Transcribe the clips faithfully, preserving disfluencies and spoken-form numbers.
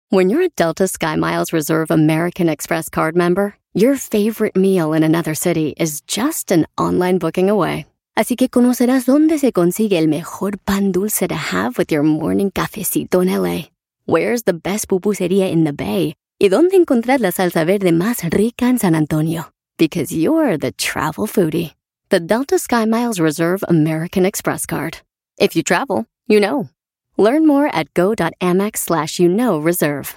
When you're a Delta SkyMiles Reserve American Express card member, your favorite meal in another city is just an online booking away. Así que conocerás dónde se consigue el mejor pan dulce to have with your morning cafecito en L A. Where's the best pupusería in the Bay? Y dónde encontrar la salsa verde más rica en San Antonio. Because you're the travel foodie. The Delta SkyMiles Reserve American Express card. If you travel, you know. Learn more at go.amex slash you know reserve.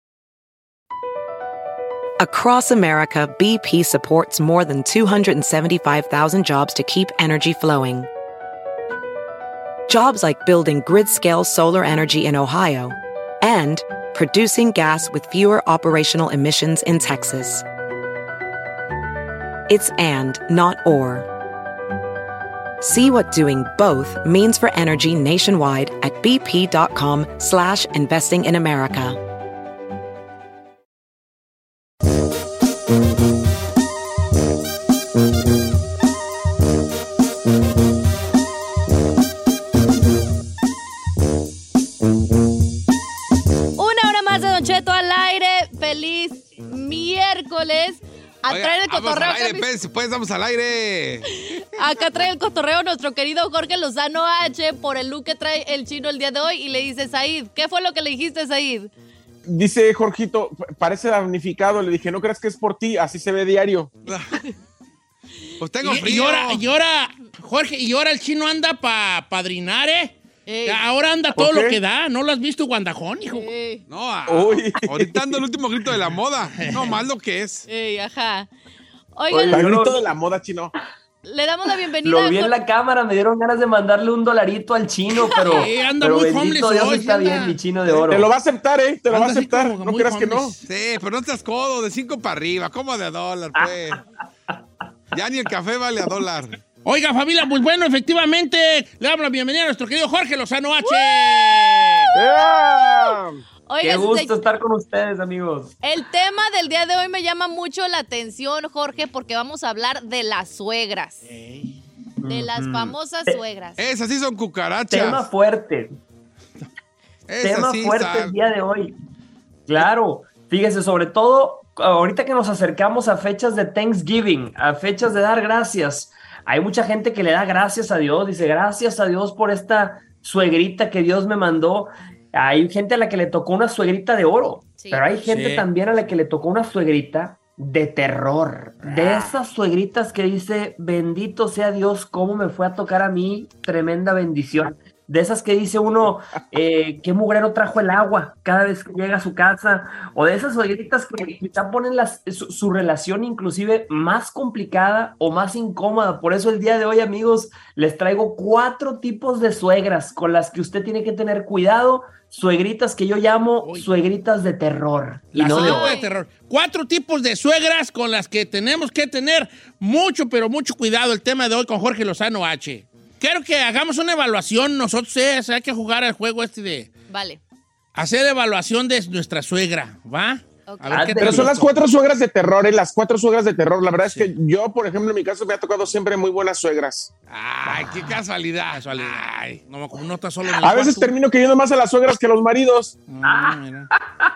Across America, B P supports more than two hundred seventy-five thousand jobs to keep energy flowing. Jobs like building grid-scale solar energy in Ohio and producing gas with fewer operational emissions in Texas. It's and, not or. See what doing both means for energy nationwide at bp.com slash investing in America. Una hora más de Don Cheto al aire. Feliz miércoles. A Oiga, traer el vamos cotorreo. al aire, que- pues, pues, vamos al aire. Acá trae el cotorreo nuestro querido Jorge Lozano H por el look que trae el chino el día de hoy y le dice, Said, ¿qué fue lo que le dijiste, Said? Dice Jorgito, parece damnificado. Le dije, no creas que es por ti, así se ve diario. Pues tengo Y, y frío. ahora, y ahora, Jorge, y ahora el chino anda para padrinar, ¿eh? Ey. Ahora anda todo ¿Por qué? lo que da. ¿No lo has visto, guandajón, hijo? Ey, No, a- Uy. ahorita ando el último grito de la moda. No, más lo que es. ey, ajá. Oye, Oigan, El yo grito lo- de la moda, chino. le damos la bienvenida. Lo vi en con- la cámara, me dieron ganas de mandarle un dolarito al chino, pero, Sí, anda pero muy bendito homeless Dios hoy, está anda. bien, mi chino de oro. Te lo va a aceptar, ¿eh? Te lo va a Anda así aceptar. como No muy creas que no. homeless. Sí, pero no estás codo, de cinco para arriba. ¿Cómo de dólar, pues? Ya ni el café vale a dólar. Oiga, familia, pues bueno, efectivamente, le damos la bienvenida a nuestro querido Jorge Lozano H. ¡Yeah! Oiga, Qué gusto se- estar con ustedes, amigos. el tema del día de hoy me llama mucho la atención, Jorge, porque vamos a hablar de las suegras. De las famosas suegras. Esas sí son cucarachas. Tema fuerte, Esas tema sí fuerte saben. el día de hoy. Claro, fíjese, sobre todo ahorita que nos acercamos a fechas de Thanksgiving, a fechas de dar gracias. Hay mucha gente que le da gracias a Dios, dice gracias a Dios por esta suegrita que Dios me mandó. Hay gente a la que le tocó una suegrita de oro, Sí. pero hay gente Sí. también a la que le tocó una suegrita de terror. De esas suegritas que dice, bendito sea Dios, cómo me fue a tocar a mí, tremenda bendición. De esas que dice uno, eh, qué mugrero trajo el agua cada vez que llega a su casa. O de esas suegritas que quizá ponen las, su, su relación inclusive más complicada o más incómoda. Por eso el día de hoy, amigos, les traigo cuatro tipos de suegras con las que usted tiene que tener cuidado. Suegritas que yo llamo Uy. suegritas de terror. Y La no de suegra oro. de terror. Cuatro tipos de suegras con las que tenemos que tener mucho, pero mucho cuidado. El tema de hoy con Jorge Lozano H. Quiero que hagamos una evaluación. Nosotros eh, hay que jugar al juego este de Vale. hacer evaluación de nuestra suegra, ¿va? Ok. A ver qué Ah, tal Pero son nos las toca. cuatro suegras de terror, ¿eh? Las cuatro suegras de terror. La verdad Sí. es que yo, por ejemplo, en mi caso me ha tocado siempre muy buenas suegras. Ay, qué casualidad. Casualidad. Ay, no, como no está solo en el A veces cuarto. termino queriendo más a las suegras que a los maridos. Ah, mira.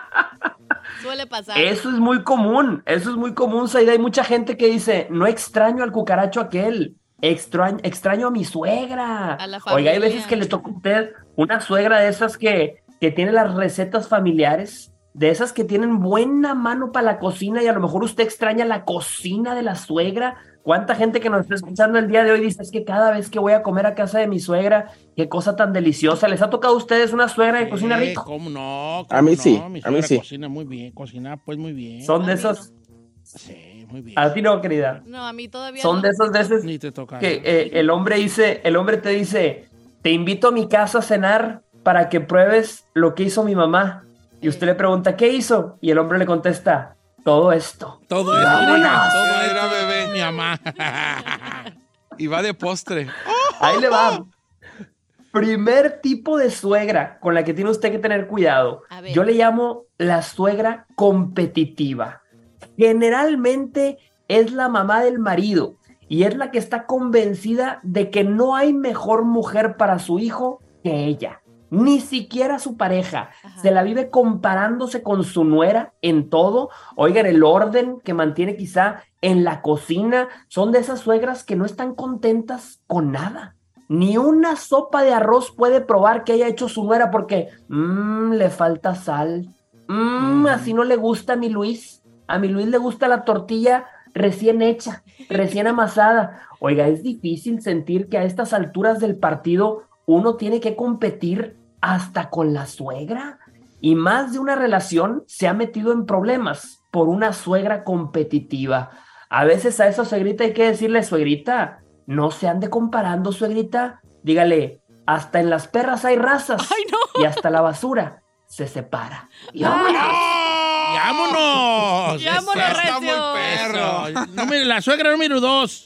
Suele pasar. Eso es muy común, eso es muy común, Saida. Hay mucha gente que dice, no extraño al cucaracho aquel, extraño, extraño a mi suegra. A la Oiga, hay familia. veces que le toca a usted una suegra de esas que, que tiene las recetas familiares, de esas que tienen buena mano para la cocina y a lo mejor usted extraña la cocina de la suegra. ¿Cuánta gente que nos está escuchando el día de hoy dice, es que cada vez que voy a comer a casa de mi suegra, qué cosa tan deliciosa? ¿Les ha tocado a ustedes una suegra que cocina Eh, rico? ¿Cómo no? ¿Cómo A mí no? sí, Mi a mí suegra sí. cocina muy bien, cocina pues muy bien. Son de A mí esos... Sí, muy bien. A ti no, querida. No, a mí todavía Son no. de esos veces Ni te toca. que eh, el hombre dice, el hombre te dice, te invito a mi casa a cenar para que pruebes lo que hizo mi mamá. Y usted le pregunta, ¿qué hizo? Y el hombre le contesta, todo esto. Todo esto, Vámonos. mira, todo Mira, esto, bebé. mi mamá. Y va de postre. Ahí le va. Primer tipo de suegra con la que tiene usted que tener cuidado. A ver. Yo le llamo la suegra competitiva. Generalmente es la mamá del marido y es la que está convencida de que no hay mejor mujer para su hijo que ella. ni siquiera su pareja. Ajá. Se la vive comparándose con su nuera en todo. Oigan, el orden que mantiene quizá en la cocina. Son de esas suegras que no están contentas con nada. Ni una sopa de arroz puede probar que haya hecho su nuera porque mmm, le falta sal. Mmm, así no le gusta a mi Luis. A mi Luis le gusta la tortilla recién hecha, recién amasada. Oiga, es difícil sentir que a estas alturas del partido uno tiene que competir hasta con la suegra. Y más de una relación se ha metido en problemas por una suegra competitiva. A veces a esa suegrita hay que decirle, suegrita, no se ande comparando, suegrita. Dígale, hasta en las perras hay razas. Ay, no. Y hasta la basura se separa. Y ¡vámonos! ¡Vámonos, Está muy recio! perro. Eso. Número- la suegra número dos.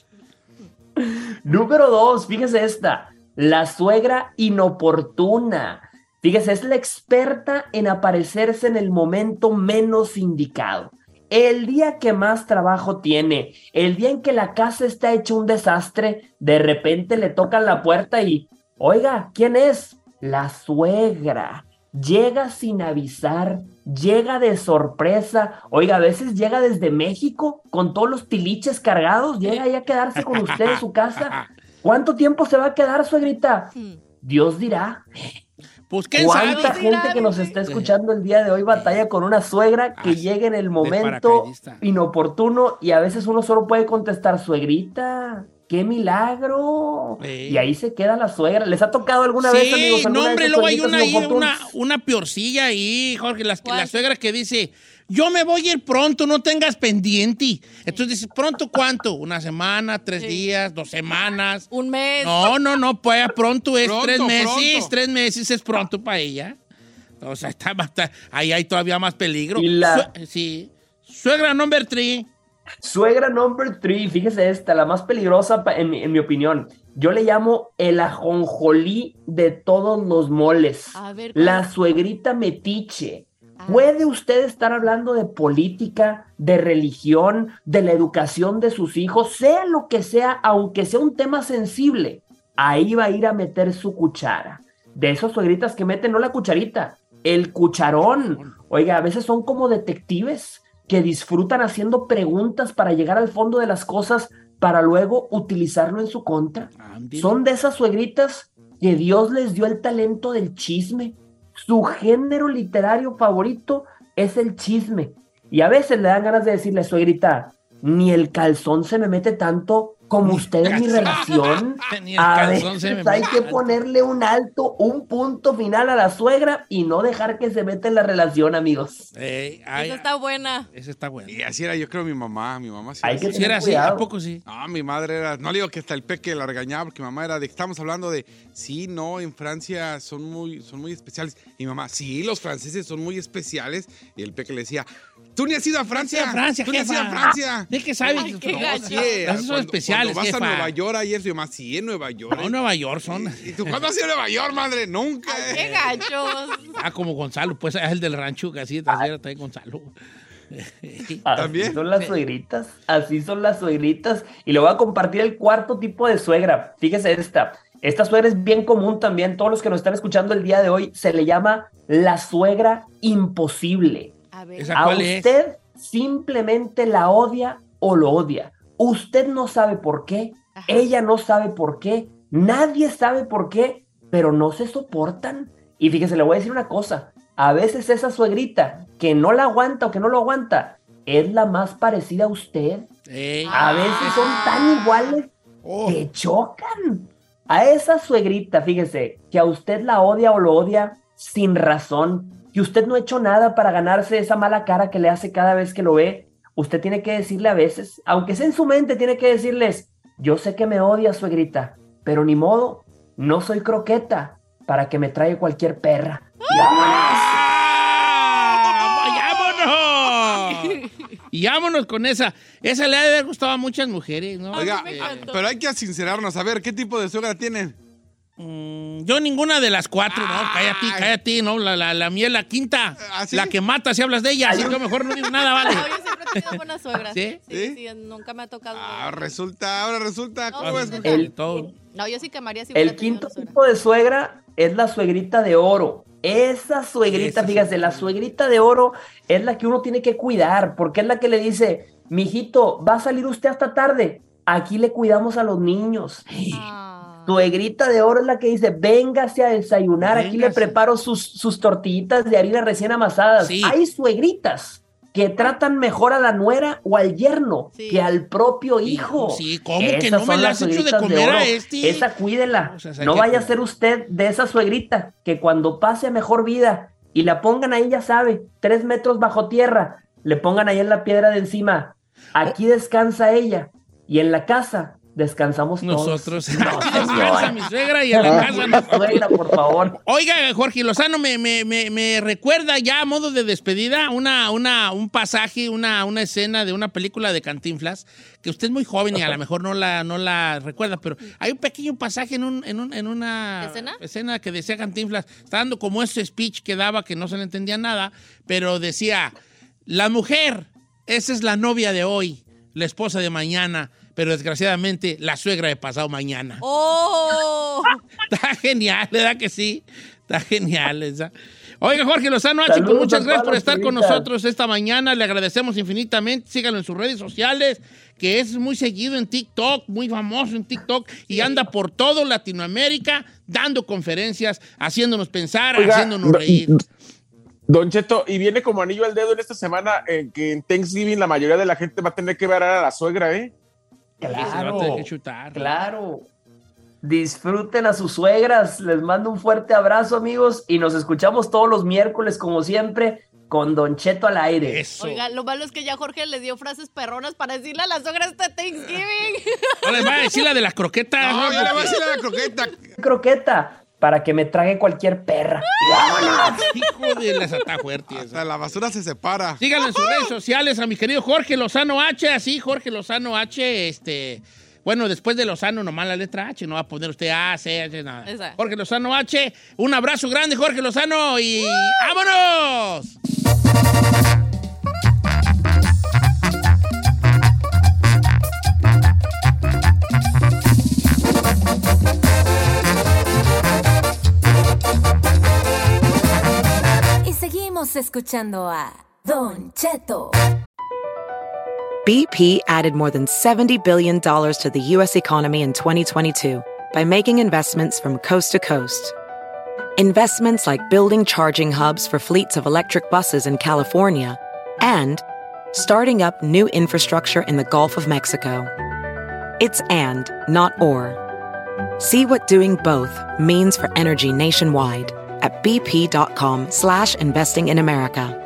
Número dos, fíjese esta, la suegra inoportuna. Fíjese, es la experta en aparecerse en el momento menos indicado. El día que más trabajo tiene, el día en que la casa está hecha un desastre, de repente le tocan la puerta y, oiga, ¿quién es? La suegra. Llega sin avisar, llega de sorpresa. Oiga, a veces llega desde México con todos los tiliches cargados, llega ahí a quedarse con usted en su casa. ¿Cuánto tiempo se va a quedar, suegrita? Dios dirá. Pues quién sabe. ¿Cuánta gente que nos está escuchando el día de hoy batalla con una suegra que Ah, llega en el de momento paracaidista. inoportuno y a veces uno solo puede contestar, suegrita, ¡qué milagro! Sí. Y ahí se queda la suegra. ¿Les ha tocado alguna Sí, vez, amigos? no, alguna de hombre, esas luego hay suegritas una, ahí, inoportunas? una, una peorcilla ahí, Jorge, la, ¿Cuál? la suegra que dice, yo me voy a ir pronto, no tengas pendiente. Entonces dice, ¿pronto cuánto? ¿Una semana, tres Sí. días, dos semanas? Un mes. No, no, no, pues pronto es Pronto, tres meses, pronto. tres meses es pronto para ella. O sea, está, está- ahí hay todavía más peligro. Y la- Sue- sí. Suegra number three. Suegra number three, fíjese esta, la más peligrosa pa- en, mi- en mi opinión. Yo le llamo el ajonjolí de todos los moles. A ver, ¿cuál La es? suegrita metiche. Ah. ¿Puede usted estar hablando de política, de religión, de la educación de sus hijos, sea lo que sea, aunque sea un tema sensible? Ahí va a ir a meter su cuchara. De esos suegritas que meten no la cucharita, el cucharón. Oiga, a veces son como detectives que disfrutan haciendo preguntas para llegar al fondo de las cosas para luego utilizarlo en su contra. Ándale. Son de esas suegritas que Dios les dio el talento del chisme. Su género literario favorito es el chisme. Y a veces le dan ganas de decirle, suegrita, ni el calzón se me mete tanto como usted en mi relación. Ni el A calzón se veces me hay mete que tanto. ponerle un alto, un punto final a la suegra y no dejar que se meta en la relación, amigos. Eh, ay, Esa está buena. esa está buena. Y así era, yo creo, mi mamá. Mi mamá sí Hay era que así. Si era tener así, cuidado. ¿a poco sí? No, mi madre era. No le digo que hasta el peque la regañaba porque mi mamá era de. Estamos hablando de. Sí, no, en Francia son muy, son muy especiales. Y mi mamá, sí, los franceses son muy especiales. Y el peque le decía, tú ni has ido a Francia. Sí, a Francia, Tú ni has jefa. ido a Francia. ¿De qué sabes? Ay, qué No, gacho. sí, Sí, esos son cuando- especiales, Cuando vas jefa. a Nueva York ayer, su mamá, sí, en Nueva York. No, Nueva York son. ¿Y tú cuándo has ido a Nueva York, madre? Nunca. Ay, eh. qué gachos. Ah, como Gonzalo, pues es el del rancho, que así de trasera también Gonzalo. Así ¿También? son las suegritas, así son las suegritas. Y le voy a compartir el cuarto tipo de suegra. Fíjese esta. Esta suegra es bien común también. Todos los que nos están escuchando el día de hoy se le llama la suegra imposible. A ver. Esa- A ¿Cuál es? usted simplemente la odia o lo odia. Usted no sabe por qué, Ajá. ella no sabe por qué, nadie sabe por qué, pero no se soportan. Y fíjese, le voy a decir una cosa. A veces esa suegrita que no la aguanta o que no lo aguanta es la más parecida a usted. Ey. A veces son tan iguales Oh. que chocan. A esa suegrita, fíjese, que a usted la odia o lo odia sin razón, que usted no ha hecho nada para ganarse esa mala cara que le hace cada vez que lo ve, usted tiene que decirle a veces, aunque sea en su mente, tiene que decirles, yo sé que me odia, suegrita, pero ni modo, no soy croqueta para que me traiga cualquier perra. Y ¡Ah! ¡Vámonos! Y vámonos con esa. Esa le ha de haber gustado a muchas mujeres, ¿no? Oiga, me encantó. pero hay que sincerarnos. A ver, ¿qué tipo de suegra tienen? Mm, yo ninguna de las cuatro, no, cállate, cállate, no, la, la, la mía es la quinta, ¿Ah, sí? la que mata si hablas de ella, así que mejor no digo nada, vale. No, yo siempre he tenido buenas suegras. ¿Sí? Sí, ¿Sí? sí, nunca me ha tocado. Ah, resulta, ahora resulta. No, ¿Cómo sí, es? neta. El- Todo. No, yo sí quemaría si hubiera El tenido quinto una suegra. tipo de suegra es la suegrita de oro. Esa suegrita, Esa fíjate, la suegrita de oro es la que uno tiene que cuidar, porque es la que le dice, mijito, ¿va a salir usted hasta tarde? Aquí le cuidamos a los niños. Ah. Suegrita de oro es la que dice, véngase a desayunar, aquí le Véngase. preparo sus, sus tortillitas de harina recién amasadas. Sí. Hay suegritas que tratan mejor a la nuera o al yerno Sí. que al propio hijo. Sí, ¿cómo que Esas no me son le las has hecho de suegritas comer oro. a este? Esa cuídela. O sea, hay no que vaya a cuidar. ser usted de esa suegrita que cuando pase a mejor vida y la pongan ahí, ya sabe, tres metros bajo tierra, le pongan ahí en la piedra de encima. Aquí descansa ella y en la casa descansamos todos. Nosotros. No, Aquí descansa señor. mi suegra y en la casa nosotros. Suegra, por favor. Oiga, Jorge Lozano, me, me, me, me recuerda ya a modo de despedida una, una, un pasaje, una, una escena de una película de Cantinflas, que usted es muy joven y a lo mejor no la, no la recuerda, pero hay un pequeño pasaje en, un, en, un, en una ¿Escena? escena que decía Cantinflas, está dando como ese speech que daba que no se le entendía nada, pero decía, la mujer, esa es la novia de hoy, la esposa de mañana, pero desgraciadamente la suegra de pasado mañana. ¡Oh! Está genial, ¿verdad que sí? Está genial esa. Oiga, Jorge Lozano H, Saludos pues muchas a gracias todas por las estar con señoritas. nosotros esta mañana. Le agradecemos infinitamente. Síganlo en sus redes sociales, que es muy seguido en TikTok, muy famoso en TikTok, y anda por todo Latinoamérica dando conferencias, haciéndonos pensar, Oiga, haciéndonos do- reír. Don Cheto, y viene como anillo al dedo en esta semana en que en Thanksgiving la mayoría de la gente va a tener que ver a la suegra, ¿eh? Sí, se la va a Claro, tener que chutar. claro. Disfruten a sus suegras. Les mando un fuerte abrazo, amigos, y nos escuchamos todos los miércoles, como siempre, con Don Cheto al aire. Eso. Oiga, lo malo es que ya Jorge le dio frases perronas para decirle a la suegra este Thanksgiving. No les va a decir la de las croquetas. No, ¿no? yo le voy a decir a la croqueta. Croqueta, para que me trague cualquier perra. Hijo de las está fuerte esa. Hasta la basura se separa. Síganlo en sus redes sociales a mi querido Jorge Lozano H, así Jorge Lozano H, este, bueno, después de Lozano nomás la letra H, no va a poner usted A, C, H, nada. Esa. Jorge Lozano H, un abrazo grande Jorge Lozano y ¡vámonos! Y seguimos escuchando a Don Cheto. B P added more than seventy billion dollars to the U S economy in twenty twenty-two by making investments from coast to coast. Investments like building charging hubs for fleets of electric buses in California and starting up new infrastructure in the Gulf of Mexico. It's and, not or. See what doing both means for energy nationwide at bp.com slash investing in America.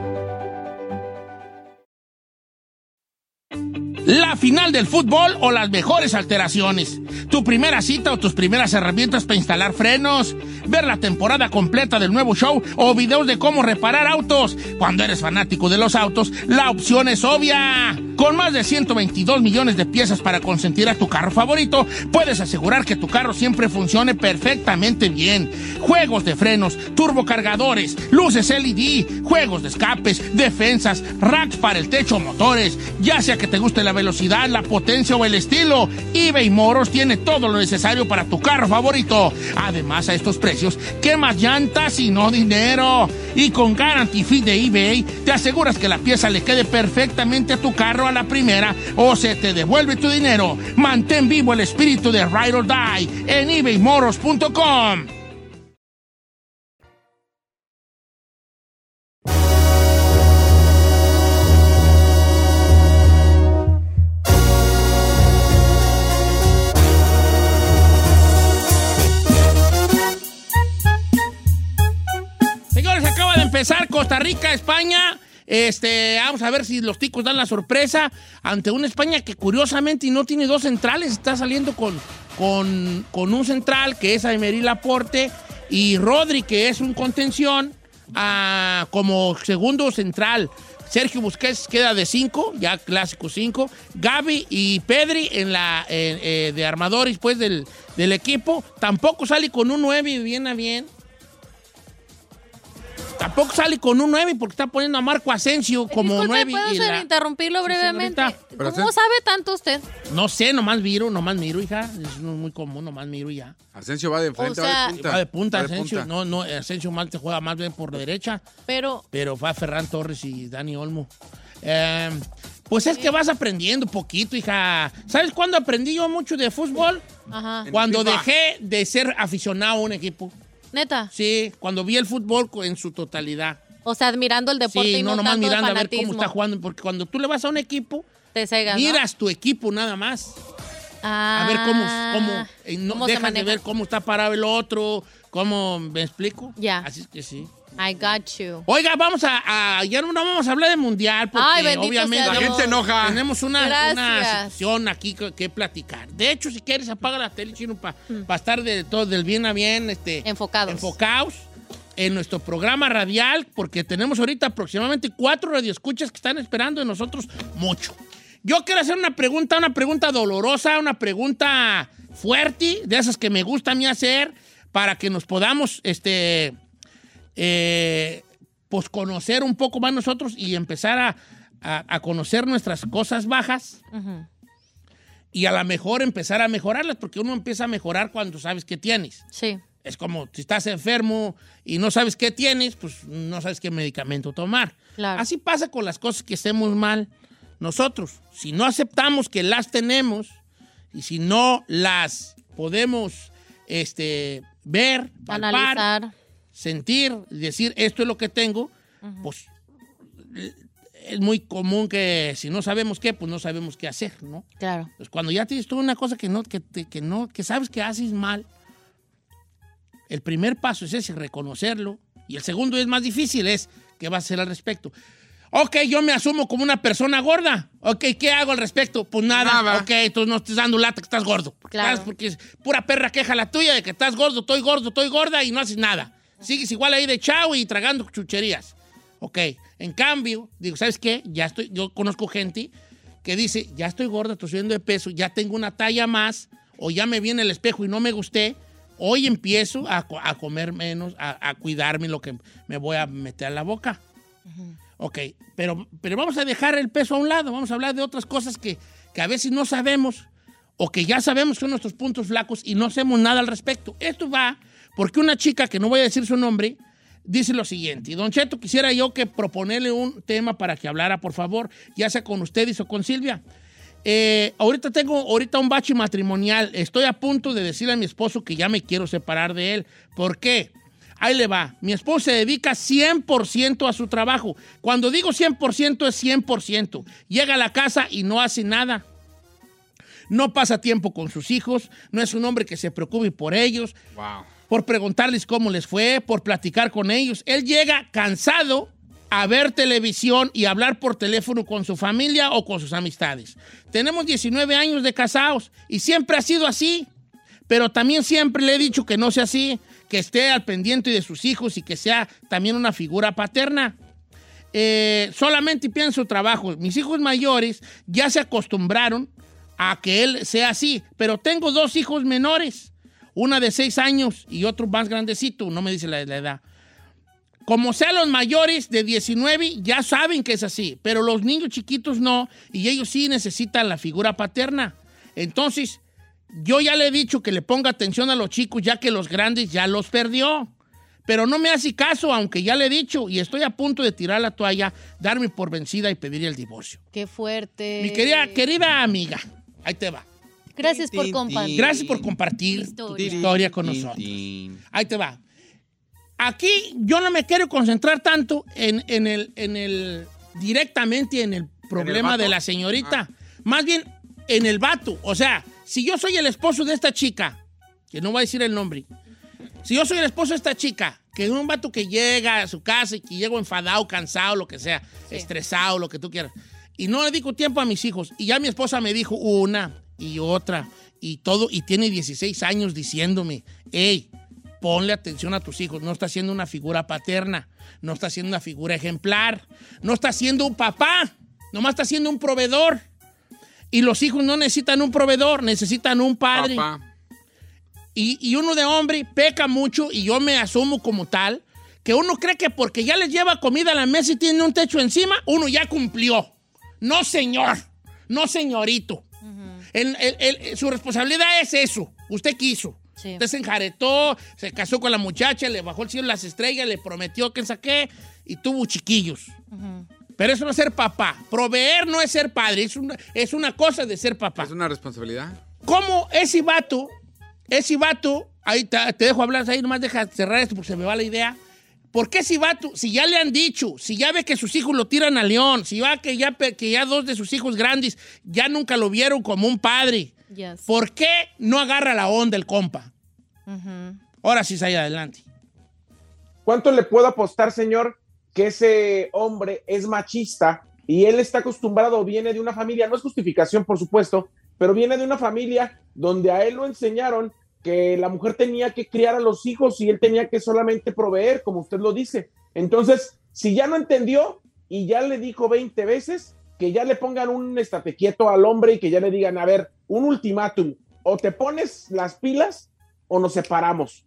La final del fútbol o las mejores alteraciones. Tu primera cita o tus primeras herramientas para instalar frenos. Ver la temporada completa del nuevo show o videos de cómo reparar autos. Cuando eres fanático de los autos, la opción es obvia. Con más de ciento veintidós millones de piezas para consentir a tu carro favorito, puedes asegurar que tu carro siempre funcione perfectamente bien. Juegos de frenos, turbocargadores, luces L E D, juegos de escapes, defensas, racks para el techo o motores. Ya sea que te guste la velocidad, la potencia o el estilo, eBay Motors tiene todo lo necesario para tu carro favorito. Además, a estos precios, ¿qué más llantas y no dinero? Y con Guarantee Fee de eBay, te aseguras que la pieza le quede perfectamente a tu carro a la primera o se te devuelve tu dinero. Mantén vivo el espíritu de Ride or Die en ebay motors punto com. Señores, acaba de empezar Costa Rica, España. Este, vamos a ver si los ticos dan la sorpresa ante una España que curiosamente no tiene dos centrales, está saliendo con, con, con un central que es Aymeric Laporte y Rodri, que es un contención, ah, como segundo central. Sergio Busquets queda de cinco, ya clásico cinco. Gavi y Pedri en la, eh, eh, de armadores pues, del, del equipo. Tampoco sale con un nueve bien a bien. tampoco sale con un nueve porque está poniendo a Marco Asensio como Disculpe, nueve. ¿puedo y hacer la- interrumpirlo Sí, brevemente? señorita. ¿Cómo sabe tanto usted? No sé, nomás miro, nomás miro, hija. Es muy común, nomás miro y ya. Asensio va de frente, O sea- va de punta. Va de punta, Va de Asensio. punta. No, no, Asensio mal te juega más bien por derecha, Pero, pero va Ferran Torres y Dani Olmo. Eh, pues es que vas aprendiendo poquito, hija. ¿Sabes cuándo aprendí yo mucho de fútbol? ajá. En Cuando FIFA. dejé de ser aficionado a un equipo. Neta. Sí, cuando vi el fútbol en su totalidad. O sea, admirando el deporte Sí, y no, no, nomás tanto de mirando a ver fanatismo. cómo está jugando. Porque cuando tú le vas a un equipo, Te cegas, ¿no? miras tu equipo nada más. Ah, A ver cómo, cómo eh, no ¿cómo se dejas de maneja? ver cómo está parado el otro, cómo, ¿me explico? Ya. Así es que sí. I got you. Oiga, vamos a, a- ya no, no vamos a hablar de mundial porque Ay, bendito obviamente sea La Dios. gente se enoja. tenemos una, Gracias. una sección aquí que, que platicar. De hecho, si quieres apaga la tele, Chino, para Mm. estar de todo del bien a bien, este, Enfocados. enfocados en nuestro programa radial, porque tenemos ahorita aproximadamente cuatro radioescuchas que están esperando de nosotros mucho. Yo quiero hacer una pregunta, una pregunta dolorosa, una pregunta fuerte, de esas que me gusta a mí hacer, para que nos podamos, este, eh, pues conocer un poco más nosotros y empezar a, a- a conocer nuestras cosas bajas Ujú. y a lo mejor empezar a mejorarlas, porque uno empieza a mejorar cuando sabes qué tienes. Sí. Es como si estás enfermo y no sabes qué tienes, pues no sabes qué medicamento tomar. Claro. Así pasa con las cosas que hacemos mal nosotros. Si no aceptamos que las tenemos y si no las podemos este, ver, palpar, Analizar. sentir, decir esto es lo que tengo, pues es muy común que si no sabemos qué, pues no sabemos qué hacer, ¿no? Claro. Pues cuando ya tienes tú una cosa que no, que, te- que no, que sabes que haces mal, el primer paso es ese, reconocerlo. Y el segundo es más difícil, es qué vas a hacer al respecto. Ok, yo me asumo como una persona gorda. Ok, ¿qué hago al respecto? Pues nada. Nada. Ok, tú no estás dando lata que estás gordo. Claro. ¿Sabes? Porque es pura perra queja la tuya de que estás gordo, estoy gordo, estoy gorda y no haces nada. Sigues igual ahí de chao y tragando chucherías. Ok, en cambio, digo, ¿sabes qué? Ya estoy, yo conozco gente que dice, ya estoy gorda, estoy subiendo de peso, ya tengo una talla más, o ya me vi en el espejo y no me gusté, hoy empiezo a, co- a comer menos, a, a cuidarme lo que me voy a meter a la boca. Ok, pero, pero vamos a dejar el peso a un lado, vamos a hablar de otras cosas que, que a veces no sabemos o que ya sabemos que son nuestros puntos flacos y no hacemos nada al respecto. Esto va porque una chica, que no voy a decir su nombre, dice lo siguiente: Don Cheto, quisiera yo que proponerle un tema para que hablara, por favor, ya sea con ustedes o con Silvia. Eh, ahorita tengo ahorita un bache matrimonial. Estoy a punto de decirle a mi esposo que ya me quiero separar de él. ¿Por qué? Ahí le va. Mi esposo se dedica cien por ciento a su trabajo. Cuando digo cien por ciento es cien por ciento. Llega a la casa y no hace nada. No pasa tiempo con sus hijos. No es un hombre que se preocupe por ellos, Wow. por preguntarles cómo les fue, por platicar con ellos. Él llega cansado a ver televisión y hablar por teléfono con su familia o con sus amistades. Tenemos diecinueve años de casados y siempre ha sido así. Pero también siempre le he dicho que no sea así, que esté al pendiente de sus hijos y que sea también una figura paterna. Eh, solamente piensa en su trabajo. Mis hijos mayores ya se acostumbraron a que él sea así, pero tengo dos hijos menores, una de seis años y otro más grandecito, no me dice la, la edad. Como sea, los mayores de diecinueve ya saben que es así, pero los niños chiquitos no, y ellos sí necesitan la figura paterna. Entonces, yo ya le he dicho que le ponga atención a los chicos, ya que los grandes ya los perdió. Pero no me hace caso, aunque ya le he dicho, y estoy a punto de tirar la toalla, darme por vencida y pedir el divorcio. Qué fuerte. Mi querida, querida amiga, ahí te va. Gracias por Tin, tin, compartir. Gracias por compartir tu Historia. historia con nosotros. Ahí te va. Aquí yo no me quiero concentrar tanto en, en el, en el directamente en el problema vato? de la señorita. Más bien en el vato. O sea, si yo soy el esposo de esta chica, que no voy a decir el nombre, si yo soy el esposo de esta chica, que es un vato que llega a su casa y que llego enfadado, cansado, lo que sea, Sí. estresado, lo que tú quieras, y no le dedico tiempo a mis hijos, y ya mi esposa me dijo una y otra y todo, y tiene dieciséis años diciéndome, hey, ponle atención a tus hijos, no está siendo una figura paterna, no está siendo una figura ejemplar, no está siendo un papá, nomás está siendo un proveedor. Y los hijos no necesitan un proveedor, necesitan un padre. Papá. Y, y uno de hombre peca mucho, y yo me asumo como tal, que uno cree que porque ya les lleva comida a la mesa y tiene un techo encima, uno ya cumplió. No, señor. No, señorito. Uh-huh. el, el, el, su responsabilidad es eso. Usted quiso. Sí. Usted se enjaretó, se casó con la muchacha, le bajó el cielo las estrellas, le prometió que saqué y tuvo chiquillos. Uh-huh. Pero eso no es ser papá. Proveer no es ser padre, es una, es una cosa de ser papá. Es una responsabilidad. ¿Cómo ese vato, ese vato, ahí te, te dejo hablar, ahí nomás deja cerrar esto porque se me va la idea. ¿Por qué ese vato, si ya le han dicho, si ya ve que sus hijos lo tiran a león, si va que ya, que ya dos de sus hijos grandes ya nunca lo vieron como un padre, yes. ¿por qué no agarra la onda el compa? Uh-huh. Ahora sí, sale adelante. ¿Cuánto le puedo apostar, señor, que ese hombre es machista y él está acostumbrado, viene de una familia, no es justificación, por supuesto, pero viene de una familia donde a él lo enseñaron que la mujer tenía que criar a los hijos y él tenía que solamente proveer, como usted lo dice? Entonces, si ya no entendió y ya le dijo veinte veces, que ya le pongan un estate quieto al hombre y que ya le digan, a ver, un ultimátum, o te pones las pilas o nos separamos.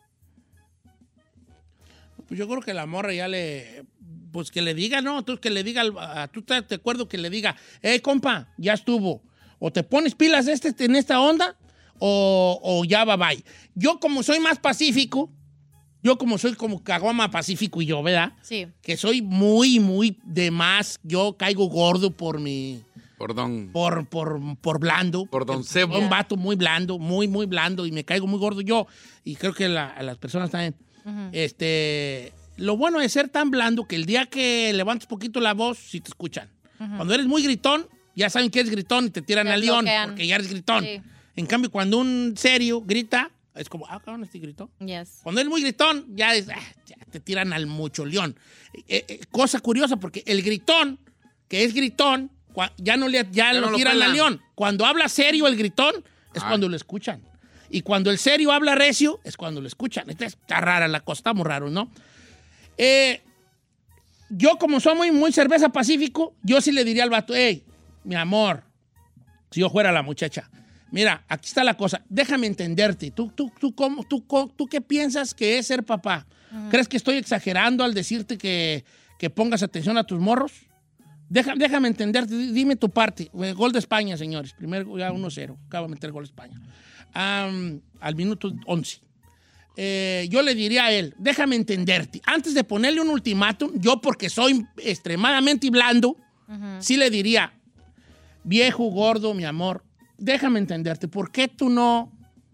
Pues yo creo que la morra ya le, pues que le diga, ¿no? Tú que le diga, a, tú te, te acuerdo que le diga, hey, compa, ya estuvo, o te pones pilas este, en esta onda, O, o ya va, bye. Yo como soy más pacífico, yo como soy como caguama pacífico y yo, ¿verdad? Sí. Que soy muy, muy de más, yo caigo gordo por mi... Por don... Por, por, por blando. Por don Sebo. Un vato muy blando, muy, muy blando y me caigo muy gordo yo y creo que la, las personas también. Uh-huh. Este... Lo bueno es ser tan blando que el día que levantas poquito la voz, sí te escuchan. Uh-huh. Cuando eres muy gritón, ya saben que eres gritón y te tiran te al león porque ya eres gritón. Sí. En cambio, cuando un serio grita, es como, ah, cabrón, este gritó. Yes. Cuando es muy gritón, ya, es, ah, ya te tiran al mucho león. Eh, eh, cosa curiosa, porque el gritón, que es gritón, ya no le, ya ya lo no tiran lo al león. Cuando habla serio el gritón, es ah. cuando lo escuchan. Y cuando el serio habla recio, es cuando lo escuchan. Esta está rara la cosa, está muy raro, ¿no? Eh, yo, como soy muy, muy cerveza pacífico, yo sí le diría al vato, hey, mi amor, si yo fuera la muchacha, mira, aquí está la cosa. Déjame entenderte. ¿Tú, tú, tú, cómo, tú, tú qué piensas que es ser papá? Uh-huh. ¿Crees que estoy exagerando al decirte que, que pongas atención a tus morros? Deja, déjame entenderte. Dime tu parte. Gol de España, señores. Primero ya uno cero. Acaba de meter gol de España. Um, al minuto once. Eh, yo le diría a él, déjame entenderte. Antes de ponerle un ultimátum, yo porque soy extremadamente blando, uh-huh. sí le diría, viejo, gordo, mi amor, déjame entenderte, ¿por qué tú no,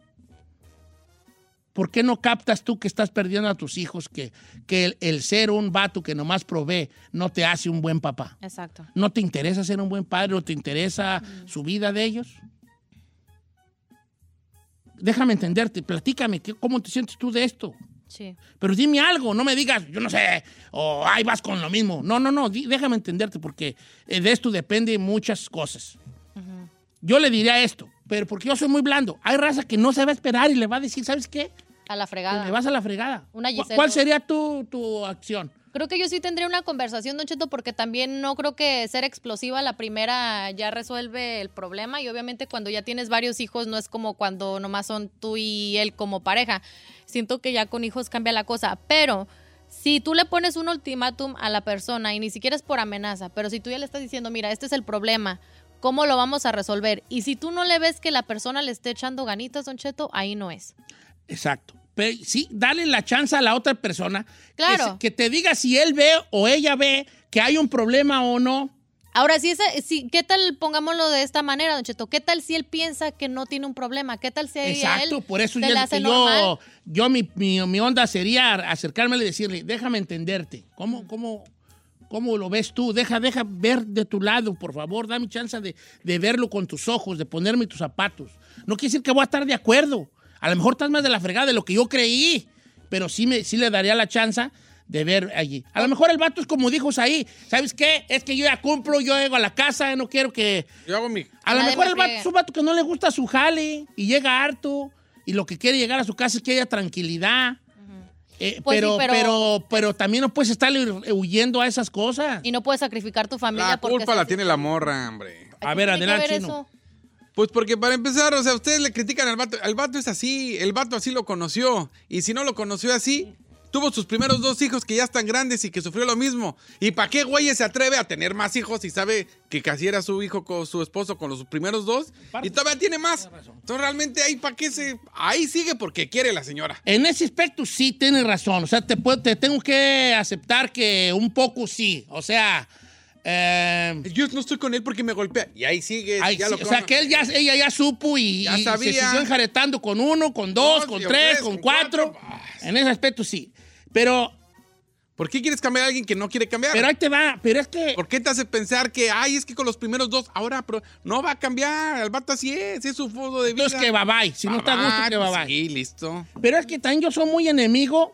por qué no captas tú que estás perdiendo a tus hijos, que, que el, el ser un vato que nomás provee no te hace un buen papá? Exacto. ¿No te interesa ser un buen padre o te interesa mm. su vida de ellos? Déjame entenderte, platícame, ¿qué, ¿cómo te sientes tú de esto? Sí. Pero dime algo, no me digas, yo no sé, o ahí vas con lo mismo. No, no, no, di, déjame entenderte, porque de esto depende muchas cosas. Uh-huh. Yo le diría esto, pero porque yo soy muy blando. Hay raza que no se va a esperar y le va a decir, ¿sabes qué? A la fregada. Le vas a la fregada. Una Giselle. ¿Cuál sería tu, tu acción? Creo que yo sí tendría una conversación, Don Cheto, porque también no creo que ser explosiva la primera ya resuelve el problema, y obviamente cuando ya tienes varios hijos no es como cuando nomás son tú y él como pareja. Siento que ya con hijos cambia la cosa, pero si tú le pones un ultimátum a la persona y ni siquiera es por amenaza, pero si tú ya le estás diciendo, mira, este es el problema, ¿cómo lo vamos a resolver? Y si tú no le ves que la persona le esté echando ganitas, Don Cheto, ahí no es. Exacto. Pero sí, dale la chance a la otra persona. Claro. Que, que te diga si él ve o ella ve que hay un problema o no. Ahora, si esa, si, ¿qué tal, pongámoslo de esta manera, Don Cheto? ¿Qué tal si él piensa que no tiene un problema? ¿Qué tal si a Exacto, él por eso se yo, le hace yo, normal? yo mi, mi, mi onda sería acercarme y decirle, déjame entenderte. ¿Cómo, cómo, cómo lo ves tú? Deja, deja ver de tu lado, por favor. Dame chance de, de verlo con tus ojos, de ponerme tus zapatos. No quiere decir que voy a estar de acuerdo. A lo mejor estás más de la fregada de lo que yo creí, pero sí, me, sí le daría la chance de ver allí. A lo mejor el vato es como dijo ahí, ¿sabes qué? Es que yo ya cumplo, yo llego a la casa, no quiero que... Yo hago mi... A lo mejor el vato es un vato que no le gusta su jale y llega harto y lo que quiere llegar a su casa es que haya tranquilidad. Uh-huh. eh, pues pero, sí, pero... pero, pero también no puedes estar huyendo a esas cosas. Y no puedes sacrificar tu familia. La porque culpa la tiene la morra, hombre. A ver, adelante, Chino. Eso? Pues porque para empezar, o sea, ustedes le critican al vato. El vato es así, el vato así lo conoció. Y si no lo conoció así, tuvo sus primeros dos hijos que ya están grandes y que sufrió lo mismo. ¿Y para qué güey se atreve a tener más hijos y sabe que casi era su hijo con su esposo con los primeros dos? Y todavía tiene más. Entonces realmente ahí para qué se... Ahí sigue porque quiere la señora. En ese aspecto sí tienes razón. O sea, te, puedo, te tengo que aceptar que un poco sí. O sea... Eh, yo no estoy con él porque me golpea. Y ahí sigue. Ahí ya sí, lo o sea, que él ya, ella ya supo y, ya y sabía. se siguió enjaretando con uno, con dos, dos con tres, tres, con, con cuatro. cuatro. En ese aspecto sí. Pero... ¿Por qué quieres cambiar a alguien que no quiere cambiar? Pero ahí te va. Pero es que... ¿Por qué te hace pensar que, ay, es que con los primeros dos, ahora pero no va a cambiar? El vato así es, es su modo de vida. Entonces que bye bye. Si no está a gusto, que bye bye. Sí, listo. Pero es que también yo soy muy enemigo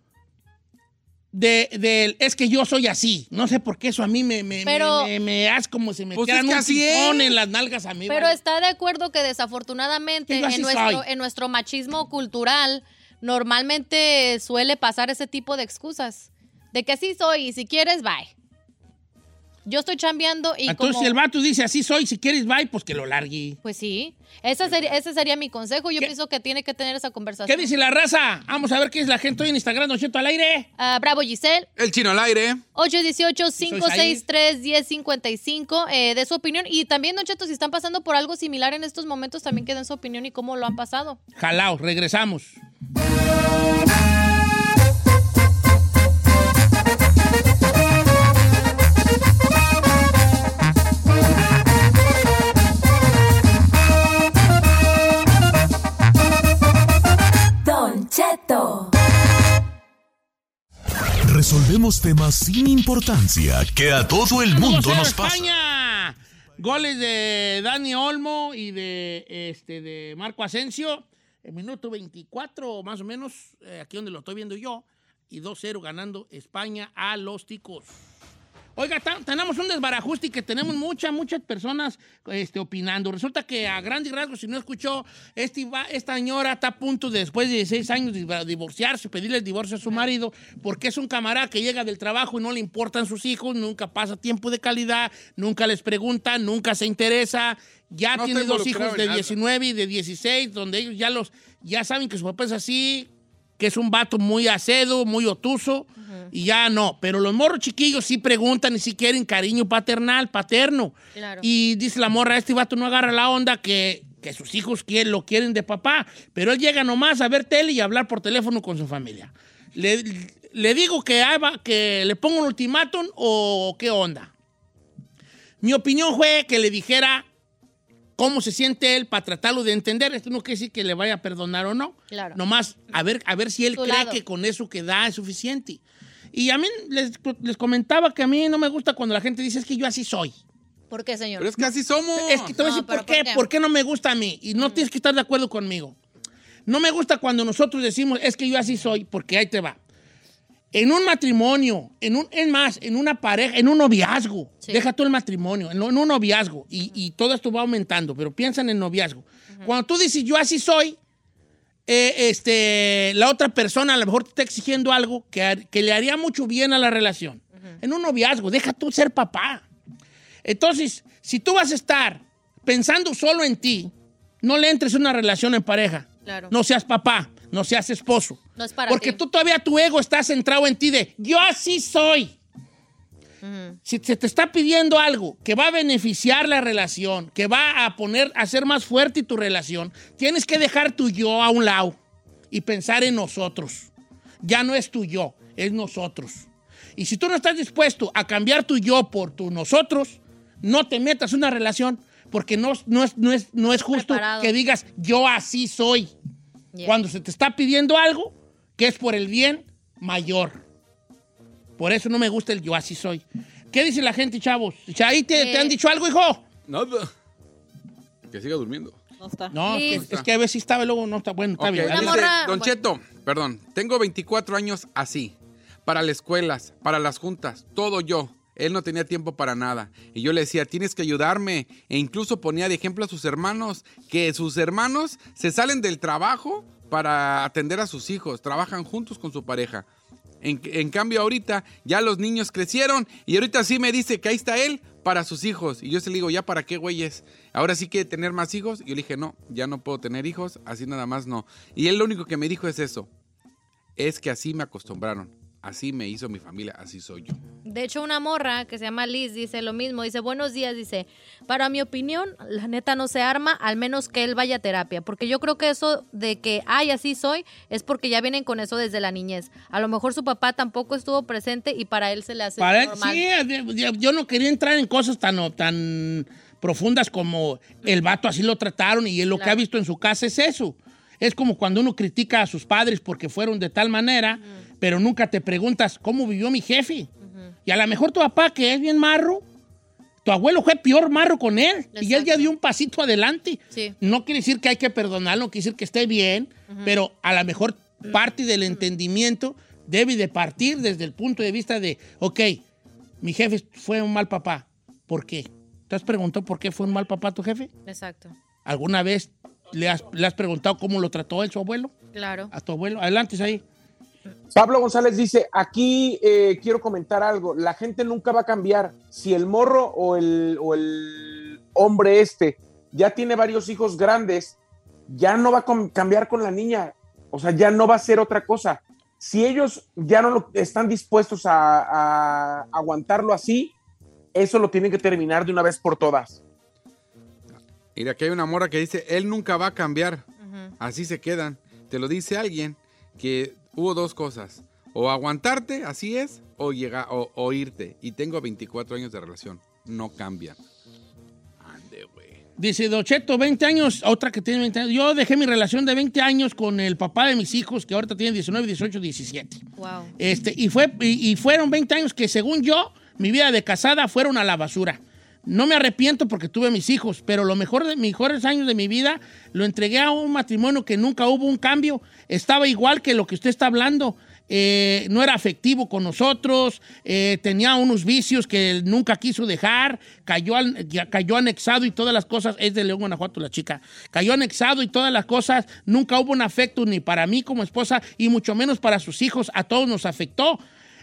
de, de, es que yo soy así. No sé por qué eso a mí me, me, pero, me, me, me hace como si me pues quieran es que un así picón es. en las nalgas a mí. Pero vale. está de acuerdo que desafortunadamente que en nuestro, en nuestro machismo cultural normalmente suele pasar ese tipo de excusas. De que así soy y si quieres, bye. Yo estoy chambeando y Entonces, como... si el vato dice así soy, si quieres bye, pues que lo largue. Pues sí. Esa sería, ese sería mi consejo. Yo ¿Qué? pienso que tiene que tener esa conversación. ¿Qué dice la raza? Vamos a ver qué es la gente hoy en Instagram, Don Cheto al aire. Uh, Bravo Giselle. El chino al aire. ocho uno ocho, cinco seis tres, uno cero cinco cinco eh, de su opinión. Y también, Don Cheto, si están pasando por algo similar en estos momentos, también que den su opinión y cómo lo han pasado. Jalao, regresamos. Don Cheto. Resolvemos temas sin importancia que a todo el mundo nos pasa. España. Goles de Dani Olmo y de, este, de Marco Asensio. En minuto veinticuatro, más o menos, eh, aquí donde lo estoy viendo yo. Y dos cero ganando España a los ticos. Oiga, tenemos un desbarajuste y que tenemos muchas, muchas personas este, opinando. Resulta que a grandes rasgos, si no escuchó, este, esta señora está a punto de, después de dieciséis años de divorciarse, pedirle el divorcio a su marido, porque es un camarada que llega del trabajo y no le importan sus hijos, nunca pasa tiempo de calidad, nunca les pregunta, nunca se interesa. Ya no tiene dos hijos de nada. diecinueve y de dieciséis, donde ellos ya, los, ya saben que su papá es así, que es un vato muy acedo, muy otuso, uh-huh. Y ya no. Pero los morros chiquillos sí preguntan y sí quieren cariño paternal, paterno. Claro. Y dice la morra, este vato no agarra la onda que, que sus hijos quieren, lo quieren de papá. Pero él llega nomás a ver tele y a hablar por teléfono con su familia. ¿Le, le digo que, haga, que le pongo un ultimátum o qué onda? Mi opinión fue que le dijera cómo se siente él para tratarlo de entender. Esto no quiere decir que le vaya a perdonar o no. Claro. Nomás a ver, a ver si él Su cree lado. que con eso que da es suficiente. Y a mí les, les comentaba que a mí no me gusta cuando la gente dice es que yo así soy. ¿Por qué, señor? Pero es que así somos. Es que te voy a No, decir pero por qué, ¿por qué? por qué no me gusta a mí. Y no mm. tienes que estar de acuerdo conmigo. No me gusta cuando nosotros decimos es que yo así soy, porque ahí te va. En un matrimonio, en un, es más, en una pareja, en un noviazgo, sí. Deja tú el matrimonio, en, en un noviazgo, y, uh-huh. y todo esto va aumentando, pero piensa en el noviazgo. Uh-huh. Cuando tú dices yo así soy, eh, este, la otra persona a lo mejor te está exigiendo algo que, que le haría mucho bien a la relación. Uh-huh. En un noviazgo, deja tú ser papá. Entonces, si tú vas a estar pensando solo en ti, no le entres en una relación en pareja. Claro. No seas papá, no seas esposo. No es para Porque ti. tú todavía tu ego está centrado en ti de yo así soy. Uh-huh. Si se te está pidiendo algo que va a beneficiar la relación, que va a poner, a hacer más fuerte tu relación, tienes que dejar tu yo a un lado y pensar en nosotros. Ya no es tu yo, es nosotros. Y si tú no estás dispuesto a cambiar tu yo por tu nosotros, no te metas en una relación porque no, no, es, no, es, no es justo preparado. Que digas yo así soy. Yeah. Cuando se te está pidiendo algo que es por el bien mayor. Por eso no me gusta el yo así soy. ¿Qué dice la gente, chavos? ¿Ahí te, eh, ¿te han dicho algo, hijo? Nada. Que siga durmiendo. No está. No, es que, es que a veces estaba y luego no está. Bueno, está okay. bien. Dice, morra, Don bueno. Cheto, perdón, tengo veinticuatro años así. Para las escuelas, para las juntas, todo yo. Él no tenía tiempo para nada. Y yo le decía, tienes que ayudarme. E incluso ponía de ejemplo a sus hermanos, que sus hermanos se salen del trabajo para atender a sus hijos. Trabajan juntos con su pareja. En, en cambio, ahorita ya los niños crecieron y ahorita sí me dice que ahí está él para sus hijos. Y yo se le digo, ¿ya para qué, güeyes? Ahora sí quiere tener más hijos. Y yo le dije, no, ya no puedo tener hijos, así nada más no. Y él lo único que me dijo es eso. Es que así me acostumbraron. Así me hizo mi familia, así soy yo. De hecho, una morra que se llama Liz dice lo mismo. Dice, buenos días, dice, para mi opinión, la neta no se arma, al menos que él vaya a terapia. Porque yo creo que eso de que, ay, así soy, es porque ya vienen con eso desde la niñez. A lo mejor su papá tampoco estuvo presente y para él se le hace para normal. Él, sí, yo no quería entrar en cosas tan, tan profundas como el vato así lo trataron y él lo claro. que ha visto en su casa es eso. Es como cuando uno critica a sus padres porque fueron de tal manera, uh-huh. pero nunca te preguntas cómo vivió mi jefe. Uh-huh. Y a lo mejor tu papá, que es bien marro, tu abuelo fue peor marro con él. Exacto. Y él ya dio un pasito adelante. Sí. No quiere decir que hay que perdonarlo, no quiere decir que esté bien, uh-huh. pero a lo mejor parte del uh-huh. entendimiento debe de partir desde el punto de vista de, ok, mi jefe fue un mal papá. ¿Por qué? ¿Te has preguntado por qué fue un mal papá tu jefe? Exacto. ¿Alguna vez ¿Le has, ¿Le has preguntado cómo lo trató él, su abuelo? Claro. A tu abuelo. Adelante, ahí. Pablo González dice, aquí eh, quiero comentar algo. La gente nunca va a cambiar. Si el morro o el, o el hombre este ya tiene varios hijos grandes, ya no va a cambiar con la niña. O sea, ya no va a ser otra cosa. Si ellos ya no lo, están dispuestos a, a aguantarlo así, eso lo tienen que terminar de una vez por todas. Mira, aquí hay una morra que dice, él nunca va a cambiar, uh-huh. así se quedan. Te lo dice alguien que hubo dos cosas, o aguantarte, así es, o, llegar, o, o irte. Y tengo veinticuatro años de relación, no cambian. Ande, güey. Dice Don Cheto, veinte años, otra que tiene veinte años. Yo dejé mi relación de veinte años con el papá de mis hijos, que ahorita tiene diecinueve, dieciocho, diecisiete. Wow. Este, y, fue, y, y fueron veinte años que, según yo, mi vida de casada fueron a la basura. No me arrepiento porque tuve mis hijos, pero lo mejor de mejores años de mi vida lo entregué a un matrimonio que nunca hubo un cambio. Estaba igual que lo que usted está hablando. Eh, no era afectivo con nosotros, eh, tenía unos vicios que él nunca quiso dejar, cayó, al, cayó anexado y todas las cosas, es de León, Guanajuato la chica, cayó anexado y todas las cosas, nunca hubo un afecto ni para mí como esposa y mucho menos para sus hijos, a todos nos afectó.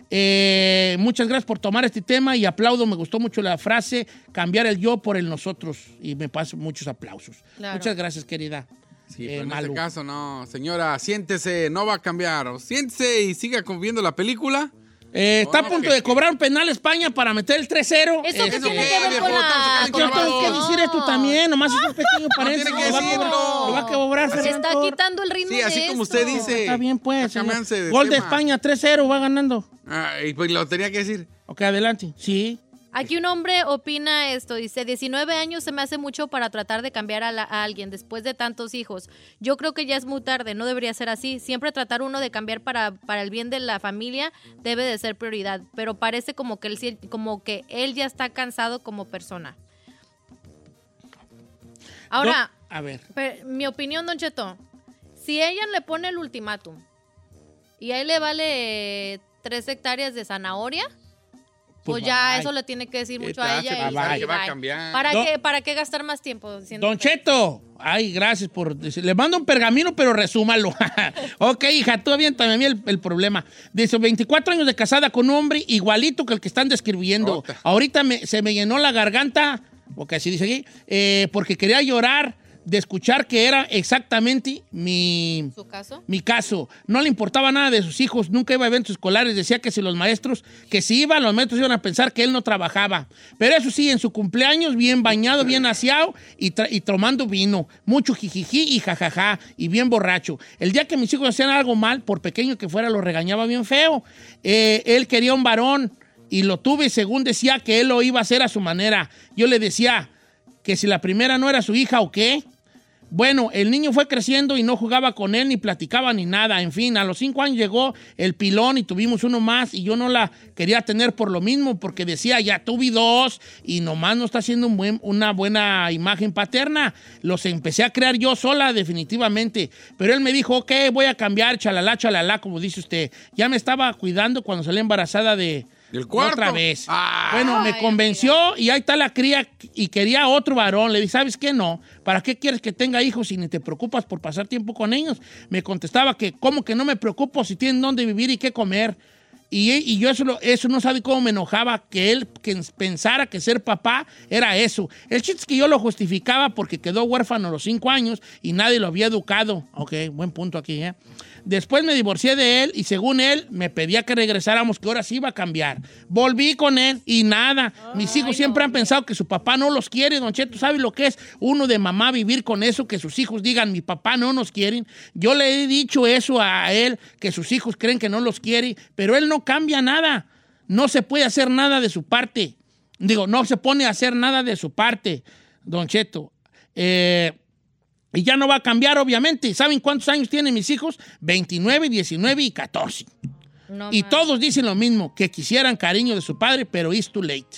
Eh, muchas gracias por tomar este tema y aplaudo, me gustó mucho la frase, cambiar el yo por el nosotros, y me paso muchos aplausos. Claro. Muchas gracias, querida. Sí, eh, pero en Malu. Este caso no, señora, siéntese, no va a cambiar, o siéntese y siga viendo la película. Eh, está no, a punto que, de cobrar un penal España para meter el tres cero. ¿Eso eh, qué tiene que ver con la...? Yo tengo que decir esto también, nomás es un pequeño paréntesis. No tiene que decirlo. Lo va a cobrar. Se está quitando el ritmo de Sí, así de como esto. usted dice. Está bien, pues. De Gol de tema. España, tres cero, va ganando. Ah, y pues lo tenía que decir. Ok, adelante. Sí. Aquí un hombre opina esto, dice, diecinueve años se me hace mucho para tratar de cambiar a, la, a alguien después de tantos hijos. Yo creo que ya es muy tarde, no debería ser así. Siempre tratar uno de cambiar para, para el bien de la familia debe de ser prioridad, pero parece como que él, como que él ya está cansado como persona. Ahora, no, a ver. Per, mi opinión, Don Cheto, si ella le pone el ultimátum y a él le vale tres hectáreas de zanahoria... Pues, pues ya bye. Eso le tiene que decir mucho a ella. Y, bye. Y, va a cambiar. ¿Para, qué, ¿Para qué gastar más tiempo? Don Cheto, ay, gracias por decir. Le mando un pergamino, pero resúmalo. Ok, hija, tú aviéntame a mí el, el problema. Dice, veinticuatro años de casada con un hombre igualito que el que están describiendo. Ota. Ahorita me, se me llenó la garganta, porque así dice aquí, eh, porque quería llorar de escuchar que era exactamente mi, ¿Su caso? mi caso. No le importaba nada de sus hijos, nunca iba a eventos escolares, decía que si los maestros, que si iba, los maestros iban a pensar que él no trabajaba. Pero eso sí, en su cumpleaños, bien bañado, bien aseado y, tra- y tomando vino, mucho jijiji y jajaja, y bien borracho. El día que mis hijos hacían algo mal, por pequeño que fuera, lo regañaba bien feo. Eh, él quería un varón y lo tuve según decía que él lo iba a hacer a su manera. Yo le decía que si la primera no era su hija o qué. Bueno, el niño fue creciendo y no jugaba con él, ni platicaba, ni nada. En fin, a los cinco años llegó el pilón y tuvimos uno más y yo no la quería tener por lo mismo, porque decía, ya tuve dos y nomás no está haciendo un buen, una buena imagen paterna. Los empecé a crear yo sola, definitivamente. Pero él me dijo, ok, voy a cambiar, chalala, chalala, como dice usted. Ya me estaba cuidando cuando salí embarazada de... ¿El cuarto? Otra vez. Ah. Bueno, me convenció y ahí está la cría y quería otro varón. Le dije, ¿sabes qué? No. ¿Para qué quieres que tenga hijos si ni te preocupas por pasar tiempo con ellos? Me contestaba que, ¿cómo que no me preocupo si tienen dónde vivir y qué comer? Y, y yo eso, eso no sabe cómo me enojaba, que él que pensara que ser papá era eso. El chiste es que yo lo justificaba porque quedó huérfano a los cinco años y nadie lo había educado. Ok, buen punto aquí, ¿eh? Después me divorcié de él y según él me pedía que regresáramos, que ahora sí iba a cambiar. Volví con él y nada. Ay, Mis hijos siempre no. han pensado que su papá no los quiere. Don Cheto, ¿sabe lo que es uno de mamá vivir con eso? Que sus hijos digan, mi papá no nos quiere. Yo le he dicho eso a él, que sus hijos creen que no los quiere, pero él no cambia nada. No se puede hacer nada de su parte. Digo, no se pone a hacer nada de su parte, Don Cheto. Eh... Y ya no va a cambiar, obviamente. ¿Saben cuántos años tienen mis hijos? veintinueve, diecinueve y catorce. No, y man. todos dicen lo mismo, que quisieran cariño de su padre, pero it's too late.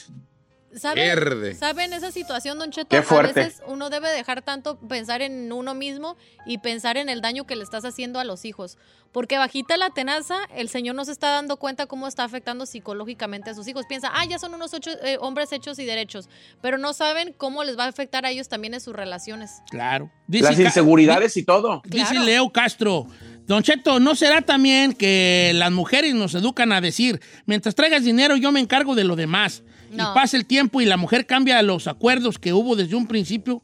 ¿Saben, ¿Saben esa situación, Don Cheto? Qué fuerte. A veces uno debe dejar tanto pensar en uno mismo y pensar en el daño que le estás haciendo a los hijos. Porque bajita la tenaza, el señor no se está dando cuenta cómo está afectando psicológicamente a sus hijos. Piensa, ah, ya son unos ocho, eh, hombres hechos y derechos. Pero no saben cómo les va a afectar a ellos también en sus relaciones. Claro. Dice Las inseguridades Ca- y todo. Dice claro. Leo Castro. Don Cheto, ¿no será también que las mujeres nos educan a decir, mientras traigas dinero yo me encargo de lo demás? No. Y pasa el tiempo y la mujer cambia los acuerdos que hubo desde un principio.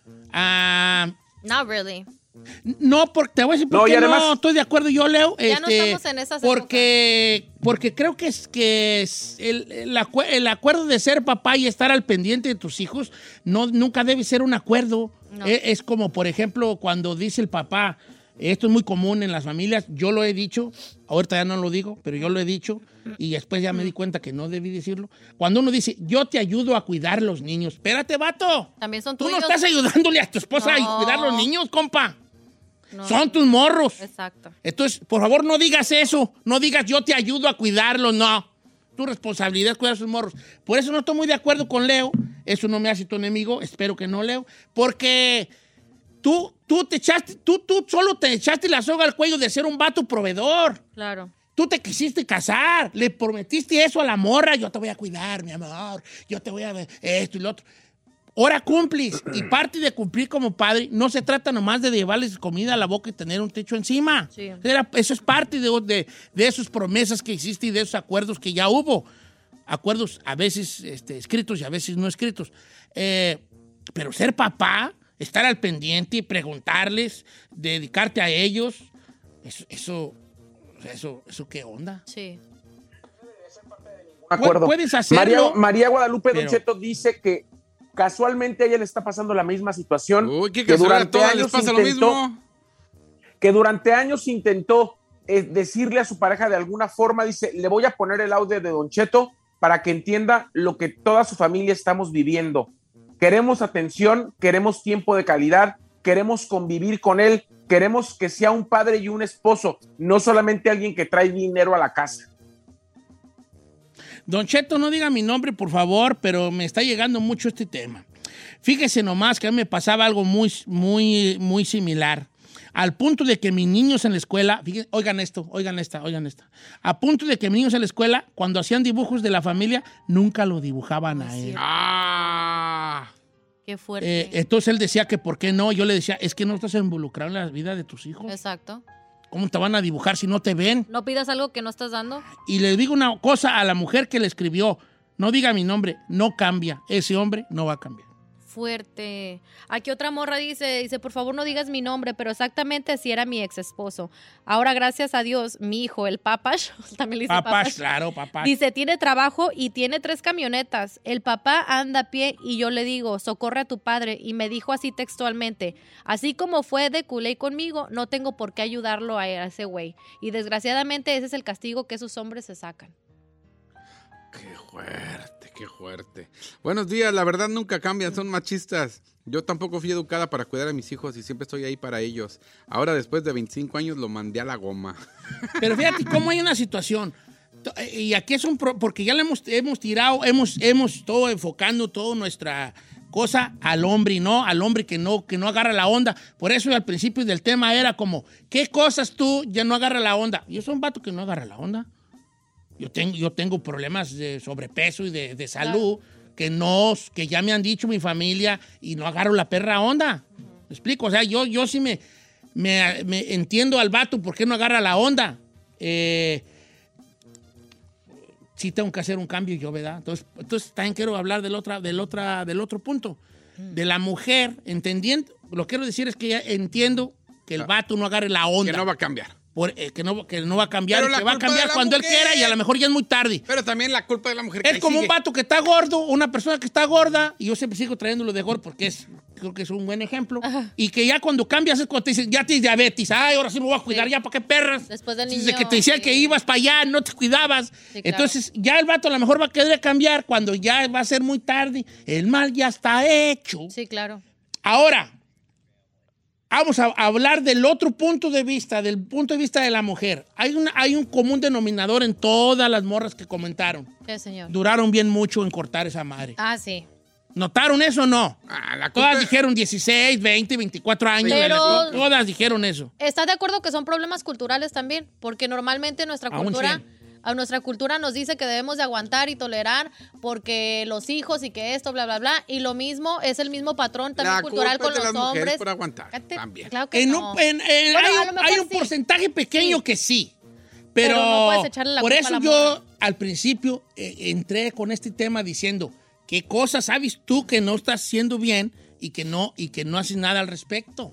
Uh, Not really. No, porque te voy a decir por no, qué además, no estoy de acuerdo yo, Leo. Ya este, no estamos en esas porque, épocas. Porque creo que es que es el, el, el acuerdo de ser papá y estar al pendiente de tus hijos no, nunca debe ser un acuerdo. No. Es, es como, por ejemplo, cuando dice el papá, esto es muy común en las familias, yo lo he dicho, ahorita ya no lo digo, pero yo lo he dicho y después ya me di cuenta que no debí decirlo. Cuando uno dice, yo te ayudo a cuidar los niños, espérate, vato. También son Tú tuyos. no estás ayudándole a tu esposa no. a cuidar los niños, compa. No. Son tus morros. Exacto. Entonces, por favor, no digas eso. No digas, yo te ayudo a cuidarlos. No. Tu responsabilidad es cuidar a sus morros. Por eso no estoy muy de acuerdo con Leo. Eso no me hace tu enemigo. Espero que no, Leo. Porque tú, tú te echaste, tú, tú solo te echaste la soga al cuello de ser un vato proveedor. Claro. Tú te quisiste casar. Le prometiste eso a la morra. Yo te voy a cuidar, mi amor. Yo te voy a ver esto y lo otro. Ahora cumples, y parte de cumplir como padre no se trata nomás de llevarles comida a la boca y tener un techo encima. Sí. Era, eso es parte de, de, de esas promesas que existen y de esos acuerdos que ya hubo. Acuerdos a veces este, escritos y a veces no escritos. Eh, pero ser papá, estar al pendiente y preguntarles, dedicarte a ellos, eso, eso, eso, eso ¿qué onda? Sí. Acuerdo. Puedes hacerlo. María, María Guadalupe pero... Don Cheto dice que casualmente a ella le está pasando la misma situación. Uy, qué que durante todas años les pasa intentó, lo mismo. Que durante años intentó eh, decirle a su pareja de alguna forma, dice, le voy a poner el audio de Don Cheto para que entienda lo que toda su familia estamos viviendo. Queremos atención, queremos tiempo de calidad, queremos convivir con él, queremos que sea un padre y un esposo, no solamente alguien que trae dinero a la casa. Don Cheto, no diga mi nombre, por favor, pero me está llegando mucho este tema. Fíjese nomás que a mí me pasaba algo muy, muy, muy similar. Al punto de que mis niños en la escuela, fíjense, oigan esto, oigan esta, oigan esta. A punto de que mis niños en la escuela, cuando hacían dibujos de la familia, nunca lo dibujaban a él. Ah. Qué fuerte. Eh, entonces él decía que por qué no. Yo le decía, es que no estás involucrado en la vida de tus hijos. Exacto. ¿Cómo te van a dibujar si no te ven? No pidas algo que no estás dando. Y le digo una cosa a la mujer que le escribió. No diga mi nombre, no cambia. Ese hombre no va a cambiar. Fuerte. Aquí otra morra dice, dice, por favor no digas mi nombre, pero exactamente así era mi ex esposo. Ahora, gracias a Dios, mi hijo, el Papash, también le dice Papash, Papash, claro, Papash. dice, tiene trabajo y tiene tres camionetas. El papá anda a pie y yo le digo, socorre a tu padre. Y me dijo así textualmente, así como fue de culé conmigo, no tengo por qué ayudarlo a ese güey. Y desgraciadamente ese es el castigo que esos hombres se sacan. Qué fuerte, qué fuerte. Buenos días, la verdad nunca cambian, son machistas. Yo tampoco fui educada para cuidar a mis hijos y siempre estoy ahí para ellos. Ahora, después de veinticinco años, lo mandé a la goma. Pero fíjate cómo hay una situación. Y aquí es un... Pro, porque ya le hemos, hemos tirado, hemos, hemos todo enfocando toda nuestra cosa al hombre, ¿no? Al hombre que no, que no agarra la onda. Por eso al principio del tema era como, ¿qué cosas tú ya no agarra la onda? Yo soy un vato que no agarra la onda. Yo tengo, yo tengo problemas de sobrepeso y de, de salud claro. que, no, que ya me han dicho mi familia y no agarro la perra onda. ¿Me explico? O sea, yo, yo sí me, me, me entiendo al vato por qué no agarra la onda. Eh, sí tengo que hacer un cambio yo, ¿verdad? Entonces, entonces también quiero hablar del, otra, del, otra, del otro punto. De la mujer, entendiendo, lo que quiero decir es que ya entiendo que el vato no agarre la onda. Que no va a cambiar. por, eh, que, no, que no va a cambiar, Pero y la que va a culpa cambiar de la cuando él mujer. quiera y a lo mejor ya es muy tarde. Pero también la culpa de la mujer. que Es ahí como sigue. un vato que está gordo, una persona que está gorda, y yo siempre sigo trayéndolo de gordo porque es, creo que es un buen ejemplo, Ajá. y que ya cuando cambias es cuando te dicen, ya tienes diabetes, ay, ahora sí me voy a cuidar, Sí. ya, ¿para qué perras? Después del Desde niño, que te decían sí. que ibas para allá, no te cuidabas. Sí, claro. Entonces, ya el vato a lo mejor va a querer cambiar cuando ya va a ser muy tarde. El mal ya está hecho. Sí, claro. Ahora, vamos a hablar del otro punto de vista, del punto de vista de la mujer. Hay, una, hay un común denominador en todas las morras que comentaron. Sí, señor. Duraron bien mucho en cortar esa madre. Ah, sí. ¿Notaron eso o no? Ah, la culpa Todas es- dijeron dieciséis, veinte, veinticuatro años. Pero- Todas dijeron eso. ¿Estás de acuerdo que son problemas culturales también? Porque normalmente nuestra A un cultura, cien. a nuestra cultura nos dice que debemos de aguantar y tolerar porque los hijos y que esto, bla, bla, bla. Y lo mismo, es el mismo patrón también La cultural culpa con es de los las mujeres hombres. por aguantar, Cállate, también. Claro que En no. un- en- en- Bueno, hay a un, lo mejor hay un sí. porcentaje pequeño Sí. que sí. Pero, Pero no puedes echarle la por culpa eso a la yo morra. al principio eh, entré con este tema diciendo qué cosas sabes tú que no estás haciendo bien y que no, y que no haces nada al respecto.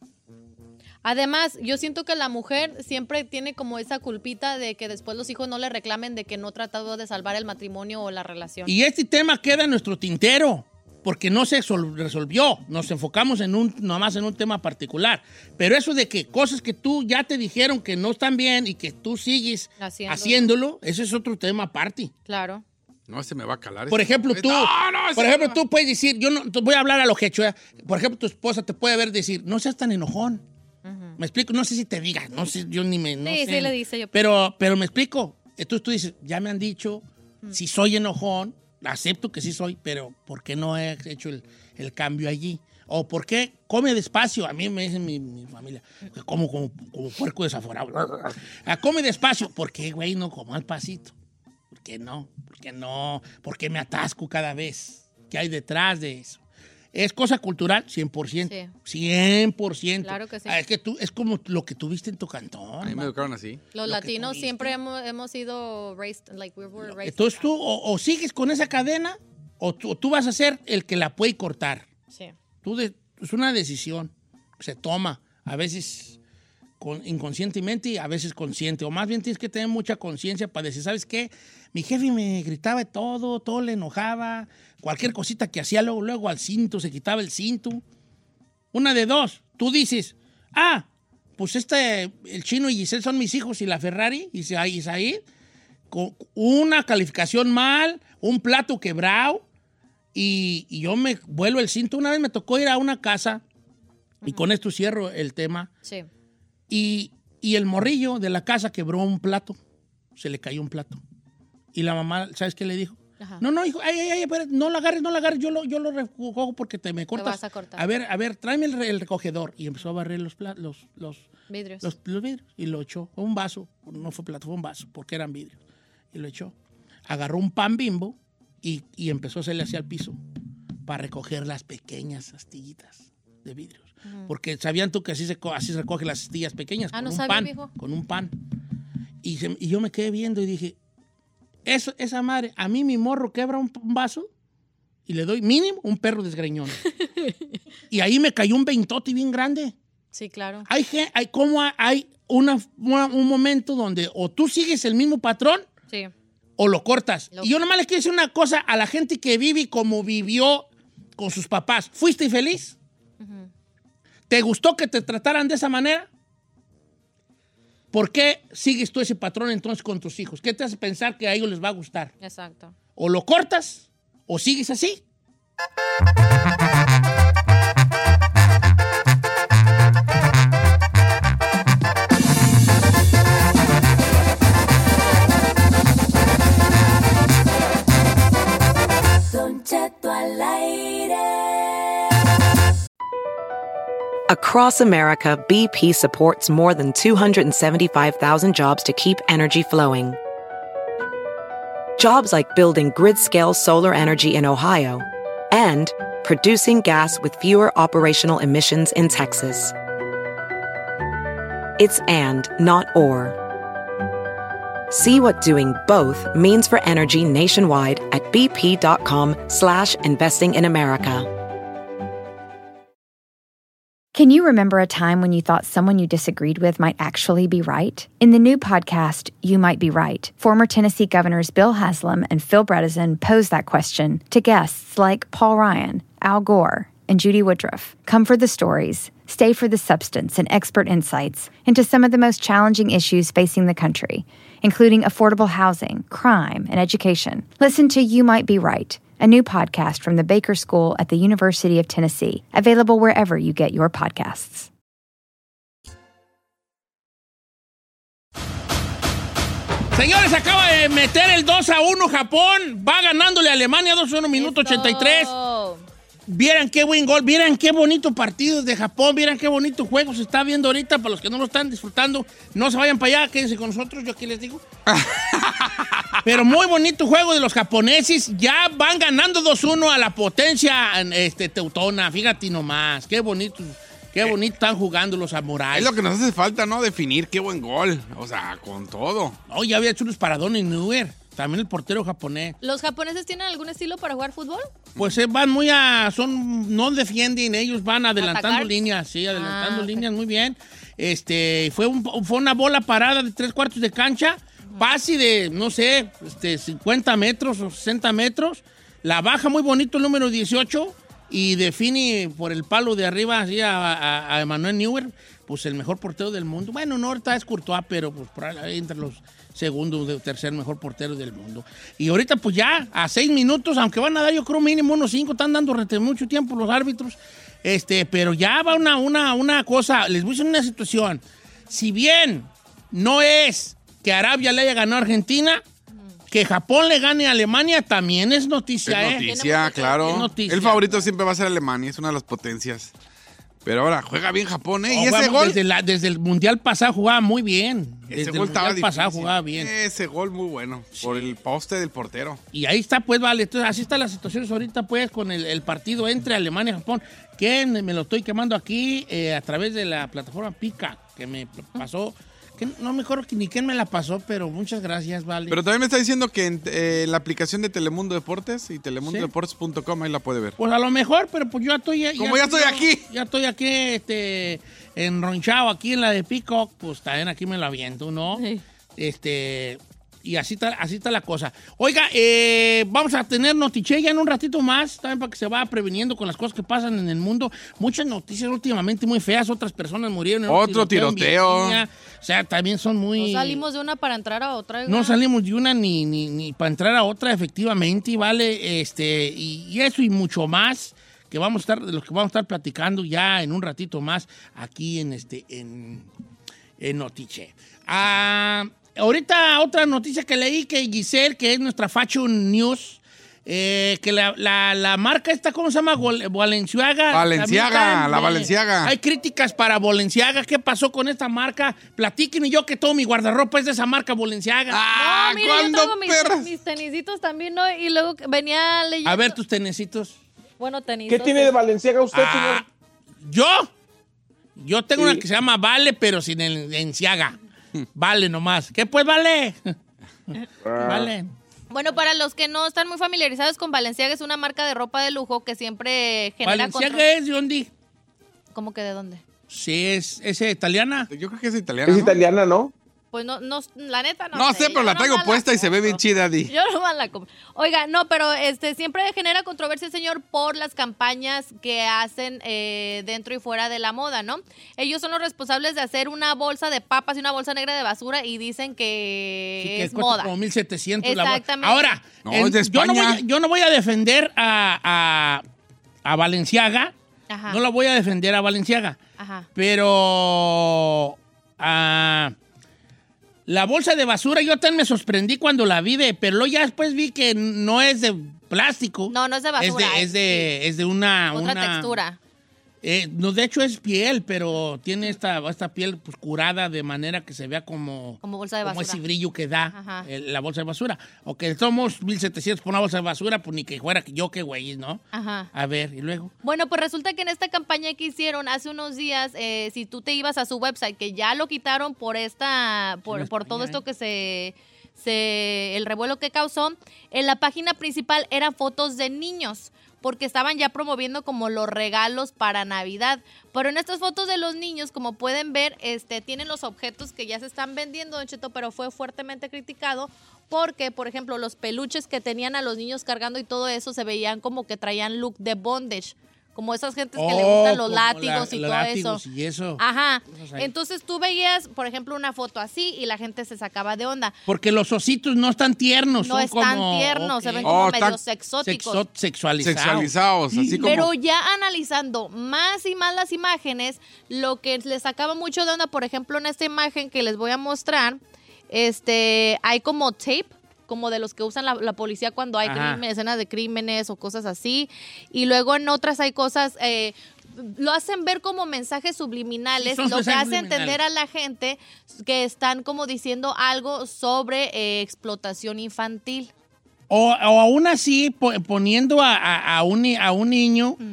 Además, yo siento que la mujer siempre tiene como esa culpita de que después los hijos no le reclamen de que no trató de salvar el matrimonio o la relación. Y este tema queda en nuestro tintero, porque no se sol- resolvió. Nos enfocamos en un, nomás en un tema particular. Pero eso de que cosas que tú ya te dijeron que no están bien y que tú sigues Haciéndolo. haciéndolo, ese es otro tema aparte. Claro. No, se me va a calar. Por ese- ejemplo, tú, No, no, ese por ejemplo, no. tú puedes decir, yo no, te voy a hablar a lo hecho, ¿eh? Por ejemplo, tu esposa te puede ver decir, no seas tan enojón. Me explico, no sé si te diga, no sé, yo ni me, no Sí, sé. sí le dice yo. Pero, pero me explico. Entonces tú dices, ya me han dicho, si soy enojón, acepto que sí soy, pero ¿por qué no he hecho el, el cambio allí? O ¿por qué come despacio? A mí me dicen mi, mi familia, que como, como, como puerco desaforado. Ah, come despacio. ¿Por qué, güey, no como al pasito? ¿Por qué no? ¿Por qué no? ¿Por qué me atasco cada vez? ¿Qué hay detrás de eso? ¿Es cosa cultural? cien por ciento. Sí. cien por ciento. Claro que sí. Ah, es que tú, es como lo que tuviste en tu cantón. A mí me man. educaron así. Los Lo que latinos tuviste. siempre hemos, hemos sido raised, like we were raised. Entonces tú o, o sigues con esa cadena o tú, o tú vas a ser el que la puede cortar. Sí. Tú de- es una decisión. Se toma. A veces con, inconscientemente y a veces consciente. O más bien tienes que tener mucha conciencia para decir, ¿sabes qué? Mi jefe me gritaba de todo, todo le enojaba. Cualquier cosita que hacía luego, luego al cinto, se quitaba el cinto. Una de dos. Tú dices, ah, pues este, el Chino y Giselle son mis hijos y la Ferrari y Isaí, con una calificación mal, un plato quebrado y, y yo me vuelo el cinto. Una vez me tocó ir a una casa y con esto cierro el tema Sí. y, y el morrillo de la casa quebró un plato, se le cayó un plato y la mamá, ¿sabes qué le dijo? Ajá. No, no, hijo, ay, ay, ay, espera, no lo agarres, no lo agarres, yo lo, yo lo recojo porque te me cortas. vas a cortar. A ver, a ver, tráeme el, re- el recogedor. Y empezó a barrer los, pla- los, los, Vidrios. los, los vidrios y lo echó. Fue un vaso, no fue plato, fue un vaso, porque eran vidrios. Y lo echó. Agarró un pan Bimbo y, y empezó a hacerle hacia el piso para recoger las pequeñas astillitas de vidrios. Porque sabían tú que así se, co- así se recogen las astillas pequeñas, Ah, con no un sabía, pan, viejo. con un pan. Y, se- y yo me quedé viendo y dije, eso, esa madre, a mí mi morro quebra un, un vaso y le doy mínimo un perro desgreñón. Y ahí me cayó un veintote bien grande. Sí, claro. Hay, gen- hay como hay una, una- un momento donde o tú sigues el mismo patrón Sí. o lo cortas. Lo- Y yo nomás le quiero decir una cosa a la gente que vive como vivió con sus papás. ¿Fuiste feliz? ¿Te gustó que te trataran de esa manera? ¿Por qué sigues tú ese patrón entonces con tus hijos? ¿Qué te hace pensar que a ellos les va a gustar? Exacto. O lo cortas o sigues así. Don Cheto al aire. Across America, B P supports more than two hundred seventy-five thousand jobs to keep energy flowing. Jobs like building grid-scale solar energy in Ohio and producing gas with fewer operational emissions in Texas. It's and, not or. See what doing both means for energy nationwide at bp.com slash investing in America. Can you remember a time when you thought someone you disagreed with might actually be right? In the new podcast, You Might Be Right, former Tennessee Governors Bill Haslam and Phil Bredesen pose that question to guests like Paul Ryan, Al Gore, and Judy Woodruff. Come for the stories, stay for the substance and expert insights into some of the most challenging issues facing the country, including affordable housing, crime, and education. Listen to You Might Be Right, a new podcast from the Baker School at the University of Tennessee, available wherever you get your podcasts. Señores, acaba de meter el dos a uno Japón. Va ganándole a Alemania dos a uno, minuto ochenta y tres. Vieran qué buen gol, vieran qué bonito partido de Japón, vieran qué bonito juego se está viendo ahorita. Para los que no lo están disfrutando, no se vayan para allá, quédense con nosotros, yo aquí les digo. Pero muy bonito juego de los japoneses. Ya van ganando dos uno a la potencia este, teutona. Fíjate nomás, qué bonito, qué bonito están jugando los samuráis. Es lo que nos hace falta, ¿no? Definir qué buen gol. O sea, con todo. Oh, ya había hecho unos paradones en Neuer. También el portero japonés. ¿Los japoneses tienen algún estilo para jugar fútbol? Pues eh, van muy a... son no defienden, ellos van adelantando ¿Atacar? líneas, sí, adelantando Ah, líneas, muy bien. Este, fue, un, fue una bola parada de tres cuartos de cancha, pase de, no sé, este, cincuenta metros o sesenta metros, la baja muy bonito el número dieciocho y define por el palo de arriba así a, a, a Emmanuel Neuer, pues el mejor portero del mundo. Bueno, no, ahorita es Courtois, pero pues por ahí entre los... segundo o tercer mejor portero del mundo. Y ahorita pues ya, a seis minutos, aunque van a dar yo creo mínimo unos cinco, están dando rete mucho tiempo los árbitros, este, pero ya va una, una, una cosa, les voy a decir una situación. Si bien no es que Arabia le haya ganado a Argentina, que Japón le gane a Alemania también es noticia, Es ¿eh? noticia, claro. Es noticia. El favorito siempre va a ser Alemania, es una de las potencias. Pero ahora juega bien Japón, ¿eh? Oh, y ese bueno, gol... Desde, la, desde el Mundial pasado jugaba muy bien. Ese Desde gol el estaba Mundial pasado difícil. jugaba bien. Ese gol muy bueno, por el poste del portero. Y ahí está, pues, vale. Entonces, así están las situaciones ahorita, pues, con el, el partido entre Alemania y Japón. Que me lo estoy quemando aquí eh, a través de la plataforma Pica, que me pasó. Que no me acuerdo ni quién me la pasó, pero muchas gracias, vale. Pero también me está diciendo que en eh, la aplicación de Telemundo Deportes y telemundo deportes punto com ahí la puede ver. Pues a lo mejor, pero pues yo ya estoy... Ya, Como ya estoy yo- aquí. Ya estoy aquí, este, enronchado aquí en la de Peacock, pues también aquí me lo aviento, ¿no? Sí. Este... Y así está, así está la cosa. Oiga, eh, vamos a tener notiche ya en un ratito más, también para que se vaya previniendo con las cosas que pasan en el mundo. Muchas noticias últimamente muy feas, otras personas murieron en Otro en tiroteo. Virginia. O sea, también son muy... No salimos de una para entrar a otra. No oiga. salimos de una ni, ni, ni para entrar a otra, efectivamente, ¿vale? Este, y, y eso y mucho más que vamos a estar, de los que vamos a estar platicando ya en un ratito más aquí en este, en, en Notiche. Ah, ahorita otra noticia que leí que Giselle, que es nuestra Fashion News, eh, que la, la, la marca esta, ¿cómo se llama? Gol- Balenciaga. Balenciaga, También está en- la eh, Balenciaga. Hay críticas para Balenciaga. ¿Qué pasó con esta marca? Platíquenme yo que todo mi guardarropa es de esa marca Balenciaga. ¡Ah! No, mira, yo ¿Cuándo, traigo mis, perras? mis tenisitos también, ¿no? Y luego venía leyendo... A ver tus tenecitos. Bueno, tenisitos. ¿Qué tiene de Valenciaga usted, Ah, señor? ¿Yo? Yo tengo Sí. una que se llama Vale, pero sin el Enciaga. Vale nomás. ¿Qué pues, Vale? Vale. Bueno, para los que no están muy familiarizados con Balenciaga, es una marca de ropa de lujo que siempre genera... ¿Valenciaga contro- es de dónde? ¿Cómo que de dónde? Sí, es, es italiana. Yo creo que es italiana, Es ¿no? italiana, ¿no? Pues no, no, la neta no No sé. sé, pero Yo la traigo nomás puesta y se ve bien compro. chida, Di. Yo nomás la compro. Oiga, no, pero este siempre genera controversia, señor, por las campañas que hacen eh, dentro y fuera de la moda, ¿no? Ellos son los responsables de hacer una bolsa de papas y una bolsa negra de basura y dicen que Sí, que es cuesta moda. como mil setecientos la bolsa. Exactamente. Ahora, No, en- es de yo, no voy España. a, yo no voy a defender a, a, a Valenciaga. Ajá. No la voy a defender a Valenciaga. Ajá. Pero ah, la bolsa de basura, yo también me sorprendí cuando la vi, de, pero luego ya después vi que no es de plástico. No, no es de basura. Es de, es de, es de una... Otra una- textura. eh, no, de hecho es piel, pero tiene esta, esta piel pues, curada de manera que se vea como... Como bolsa de como basura. ese brillo que da Ajá. el- la bolsa de basura. O que somos mil setecientos por una bolsa de basura, pues ni que fuera que yo, que güey, ¿no? Ajá. A ver, y luego... Bueno, pues resulta que en esta campaña que hicieron hace unos días, eh, si tú te ibas a su website, que ya lo quitaron por esta, por, En por España, todo esto ¿eh? que se, se, el revuelo que causó, en la página principal eran fotos de niños. porque estaban ya promoviendo como los regalos para Navidad. Pero en estas fotos de los niños, como pueden ver, este, tienen los objetos que ya se están vendiendo, Don Cheto, pero fue fuertemente criticado porque, por ejemplo, los peluches que tenían a los niños cargando y todo eso se veían como que traían look de bondage. Como esas gentes Oh, que le gustan los como látigos la- y los todo látigos eso. y eso. Ajá. Cosas ahí. Entonces tú veías, por ejemplo, una foto así y la gente se sacaba de onda. Porque los ositos no están tiernos. No son están como, tiernos, se ok. ven como Oh, medio tan sexóticos. Sexo- sexualizados. Sexualizados, así como... Pero ya analizando más y más las imágenes, lo que les sacaba mucho de onda, por ejemplo, en esta imagen que les voy a mostrar, este, hay como tape, como de los que usan la, la policía cuando hay Ajá. crimen- escenas de crímenes o cosas así. Y luego en otras hay cosas, eh, lo hacen ver como mensajes subliminales, Sí, son lo que mensajes hace entender subliminales. a la gente que están como diciendo algo sobre eh, explotación infantil. O, o aún así, po- poniendo a, a- a un, ni- a un niño Mm.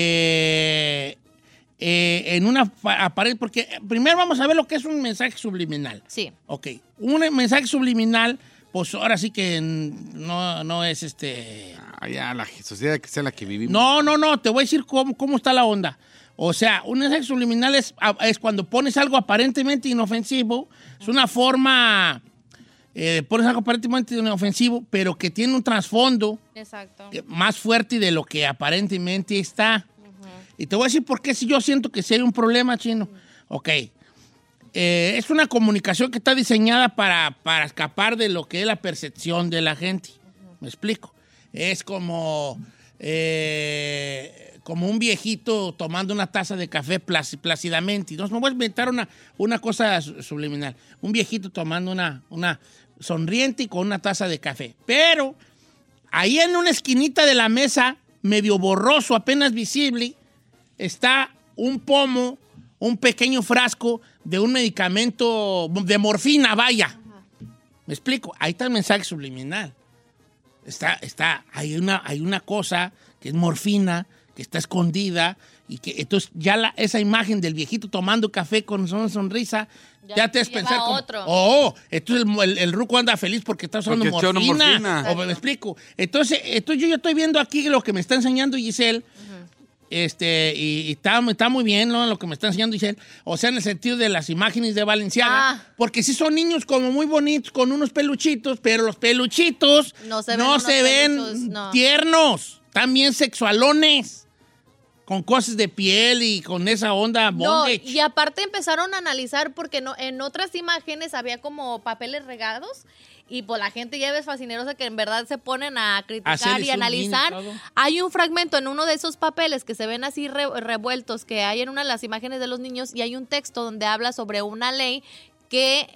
eh, eh, en una fa- pared, porque primero vamos a ver lo que es un mensaje subliminal. Sí. Ok, un mensaje subliminal, pues ahora sí que no, no es este... Ah, ya, la sociedad que sea la que vivimos. No, no, no, te voy a decir cómo, cómo está la onda. O sea, un mensaje subliminal es, es cuando pones algo aparentemente inofensivo, es una forma, eh, pones algo aparentemente inofensivo, pero que tiene un trasfondo Exacto. eh, más fuerte de lo que aparentemente está. Y te voy a decir por qué si yo siento que sí hay un problema, Chino. Ok. Eh, es una comunicación que está diseñada para, para escapar de lo que es la percepción de la gente. ¿Me explico? Es como, eh, como un viejito tomando una taza de café pláci- plácidamente. Entonces me voy a inventar una, una cosa su- subliminal. Un viejito tomando una, una sonriente y con una taza de café. Pero ahí en una esquinita de la mesa, medio borroso, apenas visible, está un pomo, un pequeño frasco de un medicamento de morfina, vaya. ¿Me explico? Ahí está el mensaje subliminal. Está, está, hay una, hay una cosa que es morfina, que está escondida, y que entonces ya la, esa imagen del viejito tomando café con una sonrisa, ya, Ya te hace lleva pensar como, otro. oh, entonces el, el, el ruco anda feliz porque está usando Porque echó una morfina. morfina. O me explico. Entonces, entonces yo, yo estoy viendo aquí lo que me está enseñando Giselle. Este, y, y está, está muy bien, ¿no? Lo que me está enseñando Giselle. O sea, en el sentido de las imágenes de Valenciaga. Ah. Porque sí son niños como muy bonitos, con unos peluchitos, pero los peluchitos No se ven no unos se ven peluchos, no. tiernos. También sexualones. Con cosas de piel y con esa onda No, bondage. y aparte empezaron a analizar porque no, en otras imágenes había como papeles regados y pues la gente ya ves fascinerosa que en verdad se ponen a criticar Hacer y zoom in y analizar. todo. Hay un fragmento en uno de esos papeles que se ven así re- revueltos que hay en una de las imágenes de los niños y hay un texto donde habla sobre una ley que,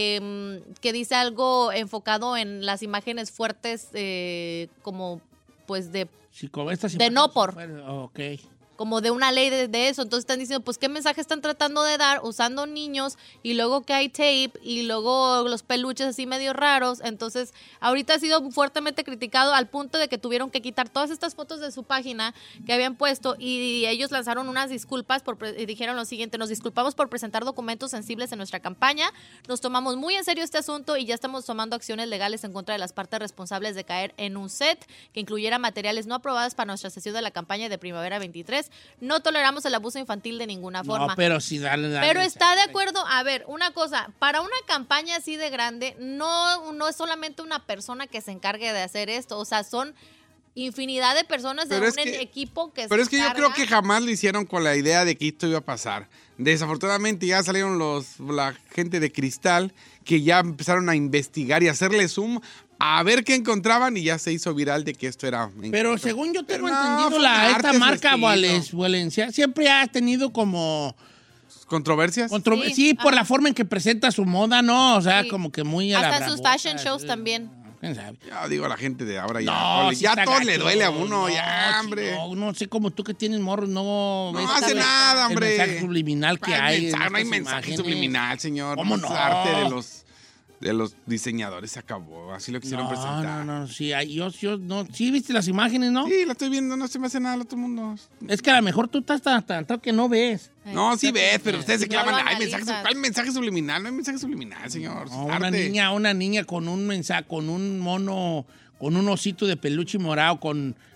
eh, que dice algo enfocado en las imágenes fuertes eh, como pues de Sí, como estas de imágenes no por. fueron- Ok. como de una ley de, de eso. Entonces están diciendo, pues, ¿qué mensaje están tratando de dar usando niños? Y luego que hay tape y luego los peluches así medio raros. Entonces, ahorita ha sido fuertemente criticado al punto de que tuvieron que quitar todas estas fotos de su página que habían puesto y ellos lanzaron unas disculpas por, pre- y dijeron lo siguiente: nos disculpamos por presentar documentos sensibles en nuestra campaña. Nos tomamos muy en serio este asunto y ya estamos tomando acciones legales en contra de las partes responsables de caer en un set que incluyera materiales no aprobados para nuestra sesión de la campaña de Primavera veintitrés. No toleramos el abuso infantil de ninguna forma. No, pero sí, dale, dale. Pero está de acuerdo, a ver, una cosa, para una campaña así de grande, no, no es solamente una persona que se encargue de hacer esto, o sea, son infinidad de personas de Pero un es que- equipo que Pero se es que yo encarga. creo que jamás lo hicieron con la idea de que esto iba a pasar. Desafortunadamente ya salieron los la gente de Cristal que ya empezaron a investigar y hacerle zoom a ver qué encontraban y ya se hizo viral de que esto era... Pero según yo tengo Pero no, entendido, fue la, arte, esta es marca estilo. Vales- Valencia siempre ha tenido como... ¿Controversias? Contro- Sí, sí, por ajá. la forma en que presenta su moda, ¿no? O sea, Sí. como que muy a la Hasta en sus bravota, fashion shows sí. también. ¿Quién sabe? Ya digo a la gente de ahora ya. No, Ole, sí ya está todo le gacho. duele a uno, No, ya, sí, hombre. No, no sé como tú que tienes morros, no... No ves hace el- nada, hombre. El mensaje subliminal que ¿Cuál hay. en mensaje? No hay estas mensaje imágenes. subliminal, señor. ¿Cómo Es no? arte de los, de los diseñadores se acabó. Así lo quisieron No, presentar. no, no, sí, hay- yo, yo, no, sí, viste las imágenes, ¿no? Sí, la estoy viendo, no se me hace nada al otro mundo. Es que a lo mejor tú estás tan tan tan que no ves. No, sí ves, pero ustedes se No lo clavan. Hay analizas. mensajes, ¿cuál mensaje subliminal? No hay mensaje subliminal, señor. No, Es una arte. niña, una niña con un mensaje, con un mono, con un osito de peluche morado, con,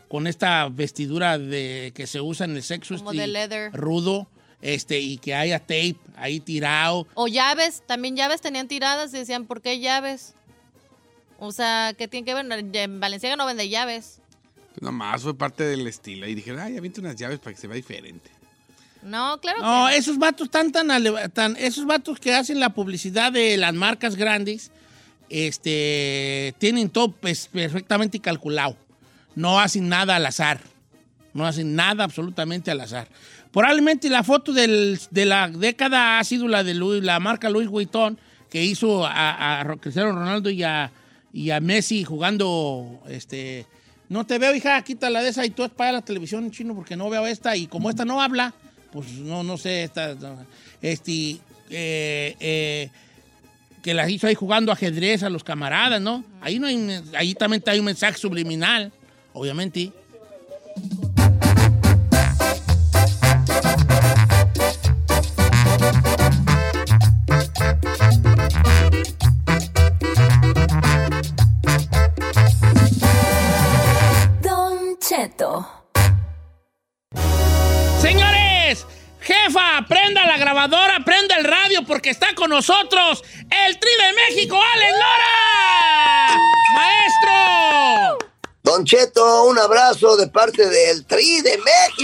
con esta vestidura de que se usa en el sexo Como este, de leather. rudo, este, y que haya tape ahí tirado. O llaves, también llaves tenían tiradas y decían, ¿por qué llaves? O sea, ¿qué tiene que ver? En Valenciaga no vende llaves. Pues nomás fue parte del estilo. Y dijeron, ay, avienta unas llaves para que se vea diferente. No, claro No, que no. esos vatos están tan, eleva- tan... Esos vatos que hacen la publicidad de las marcas grandes, este, tienen todo pues, perfectamente calculado. No hacen nada al azar. No hacen nada absolutamente al azar. Probablemente la foto del- de la década ha sido la de Louis- la marca Louis Vuitton, que hizo a, a Cristiano Ronaldo y a, y a Messi jugando, este... No te veo, hija, quítala de esa y tú apaga la televisión, chino, porque no veo esta. Y como esta no habla, pues no, no sé, esta... no, este, eh, eh, que la hizo ahí jugando ajedrez a los camaradas, ¿no? Ahí, no hay, ahí también hay un mensaje subliminal, obviamente. Don Cheto. Señores, jefa, prenda la grabadora, prenda el radio porque está con nosotros el Tri de México, Alex Lora. ¡Maestro! Don Cheto, un abrazo de parte del Tri de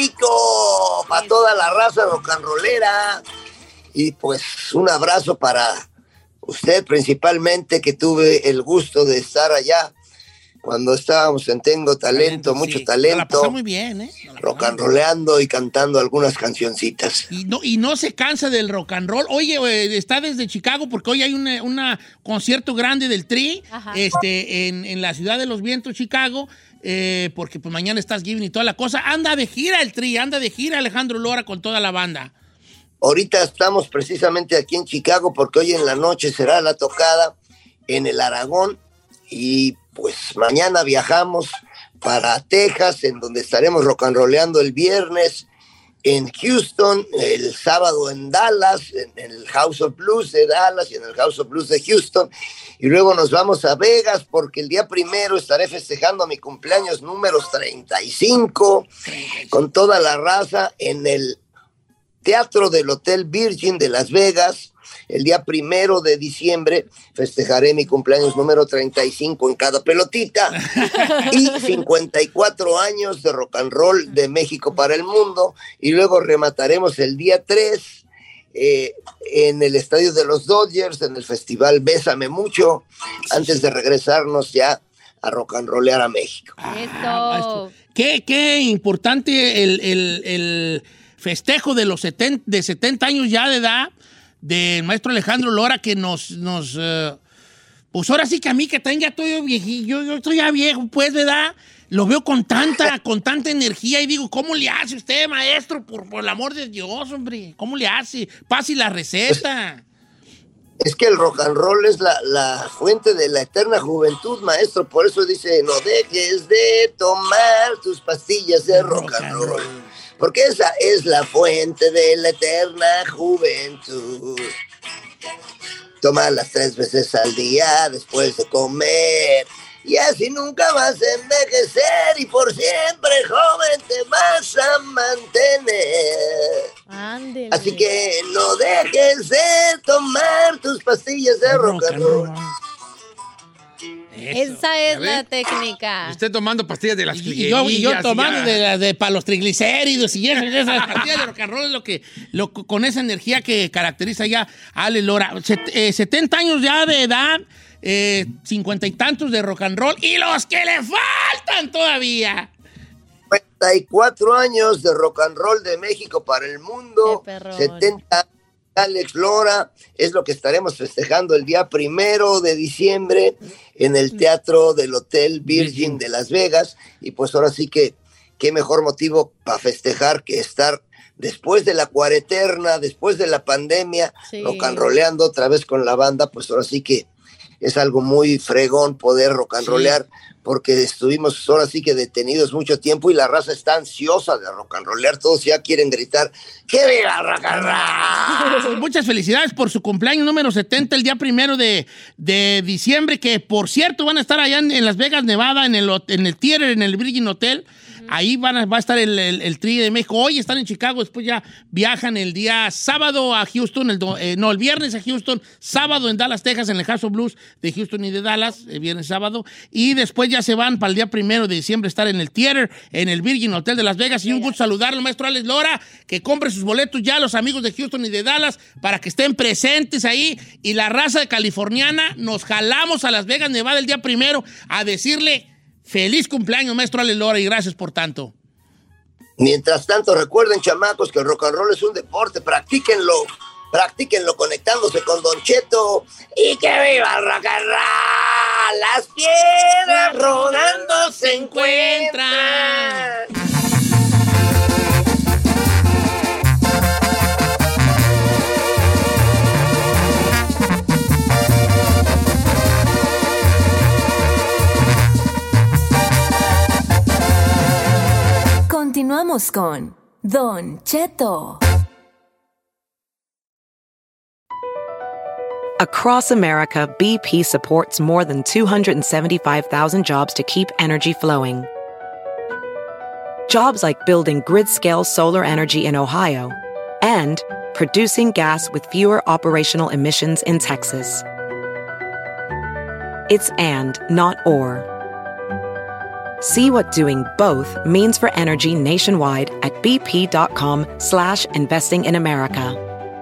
México para toda la raza rock and rollera. Y pues un abrazo para usted principalmente, que tuve el gusto de estar allá cuando estábamos en Tengo Talento, Talento, mucho sí. Nos la talento, pasamos muy bien, ¿eh? Nos la rock pasamos and rolleando y cantando algunas cancioncitas. Y no, y no se cansa del rock and roll. Oye, eh, está desde Chicago porque hoy hay un una concierto grande del Tri Ajá. este, en, en la ciudad de los vientos, Chicago, eh, porque pues mañana estás Giving y toda la cosa. Anda de gira el Tri, anda de gira Alejandro Lora con toda la banda. Ahorita estamos precisamente aquí en Chicago porque hoy en la noche será la tocada en el Aragón y pues mañana viajamos para Texas, en donde estaremos rock and rolleando el viernes en Houston, el sábado en Dallas, en el House of Blues de Dallas y en el House of Blues de Houston, y luego nos vamos a Vegas porque el día primero estaré festejando mi cumpleaños número treinta y cinco con toda la raza en el Teatro del Hotel Virgin de Las Vegas. El día primero de diciembre festejaré mi cumpleaños número treinta y cinco en cada pelotita y cincuenta y cuatro años de rock and roll de México para el mundo, y luego remataremos el día tres eh, en el estadio de los Dodgers en el festival Bésame Mucho, antes de regresarnos ya a rock and rollear a México. Eso. Qué, qué importante el, el, el festejo de los setenta, de setenta años ya de edad del maestro Alejandro Lora, que nos, nos uh, pues ahora sí que a mí que tenga todo yo viejillo, yo, yo estoy ya viejo, pues, ¿verdad? Lo veo con tanta, con tanta energía y digo, ¿cómo le hace usted, maestro? Por, por el amor de Dios, hombre, ¿cómo le hace? Pase la receta. Es que el rock and roll es la, la fuente de la eterna juventud, maestro, por eso dice, no dejes de tomar tus pastillas de rock, rock and roll. roll. Porque esa es la fuente de la eterna juventud. Tómalas tres veces al día después de comer. Y así nunca vas a envejecer y por siempre joven te vas a mantener. Ándele. Así que no dejes de tomar tus pastillas de rock, rock and roll. roll. Eso. Esa es la técnica. Usted tomando pastillas de las y, y, yo, y yo tomando y de, de para los triglicéridos y esas, esas pastillas de rock and roll es lo que, lo, con esa energía que caracteriza ya a Ale Lora. Set, eh, setenta años ya de edad, eh, cincuenta y tantos de rock and roll y los que le faltan todavía. cincuenta y cuatro años de rock and roll de México para el mundo. setenta Alex Lora, es lo que estaremos festejando el día primero de diciembre en el Teatro del Hotel Virgin de Las Vegas. Y pues ahora sí que, qué mejor motivo para festejar que estar después de la cuareterna, después de la pandemia, sí. rock and rolleando otra vez con la banda. Pues ahora sí que es algo muy fregón poder rock and rollear, sí. porque estuvimos ahora sí que detenidos mucho tiempo y la raza está ansiosa de rock and rollear. Todos ya quieren gritar, ¡que viva rock and roll! Muchas felicidades por su cumpleaños número setenta, el día primero de, de diciembre, que por cierto van a estar allá en, en Las Vegas, Nevada, en el, en el Theater, en el Virgin Hotel. Ahí van a, va a estar el, el, el Tri de México. Hoy están en Chicago, después ya viajan el día sábado a Houston, el do, eh, no, el viernes a Houston, sábado en Dallas, Texas, en el House of Blues de Houston y de Dallas, el viernes, sábado, y después ya se van para el día primero de diciembre estar en el Theater, en el Virgin Hotel de Las Vegas. Y un gusto saludarlo, maestro Alex Lora, que compre sus boletos ya a los amigos de Houston y de Dallas para que estén presentes ahí. Y la raza de californiana nos jalamos a Las Vegas, Nevada, el día primero a decirle feliz cumpleaños, maestro Alex Lora, y gracias por tanto. Mientras tanto, recuerden, chamacos, que el rock and roll es un deporte, practíquenlo, practíquenlo conectándose con Don Cheto, y que viva el rock and roll. Las piedras rodando se encuentran. Continuamos con Don Cheto. Across America, B P supports more than two hundred seventy-five thousand jobs to keep energy flowing. Jobs like building grid-scale solar energy in Ohio and producing gas with fewer operational emissions in Texas. It's and, not or. See what doing both means for energy nationwide at bp.com slash investing in America.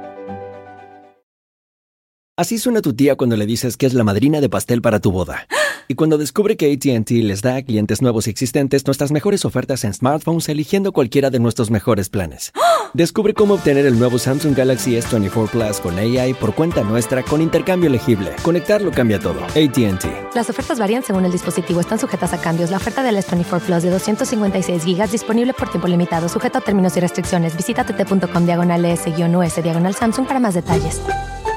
Así suena tu tía cuando le dices que es la madrina de pastel para tu boda. Y cuando descubre que A T and T les da a clientes nuevos y existentes nuestras mejores ofertas en smartphones eligiendo cualquiera de nuestros mejores planes. Descubre cómo obtener el nuevo Samsung Galaxy S veinticuatro Plus con A I por cuenta nuestra con intercambio elegible. Conectarlo cambia todo. A T and T. Las ofertas varían según el dispositivo. Están sujetas a cambios. La oferta del S veinticuatro Plus de doscientos cincuenta y seis gigas disponible por tiempo limitado. Sujeto a términos y restricciones. Visita tt.com diagonal S-U S diagonal Samsung para más detalles.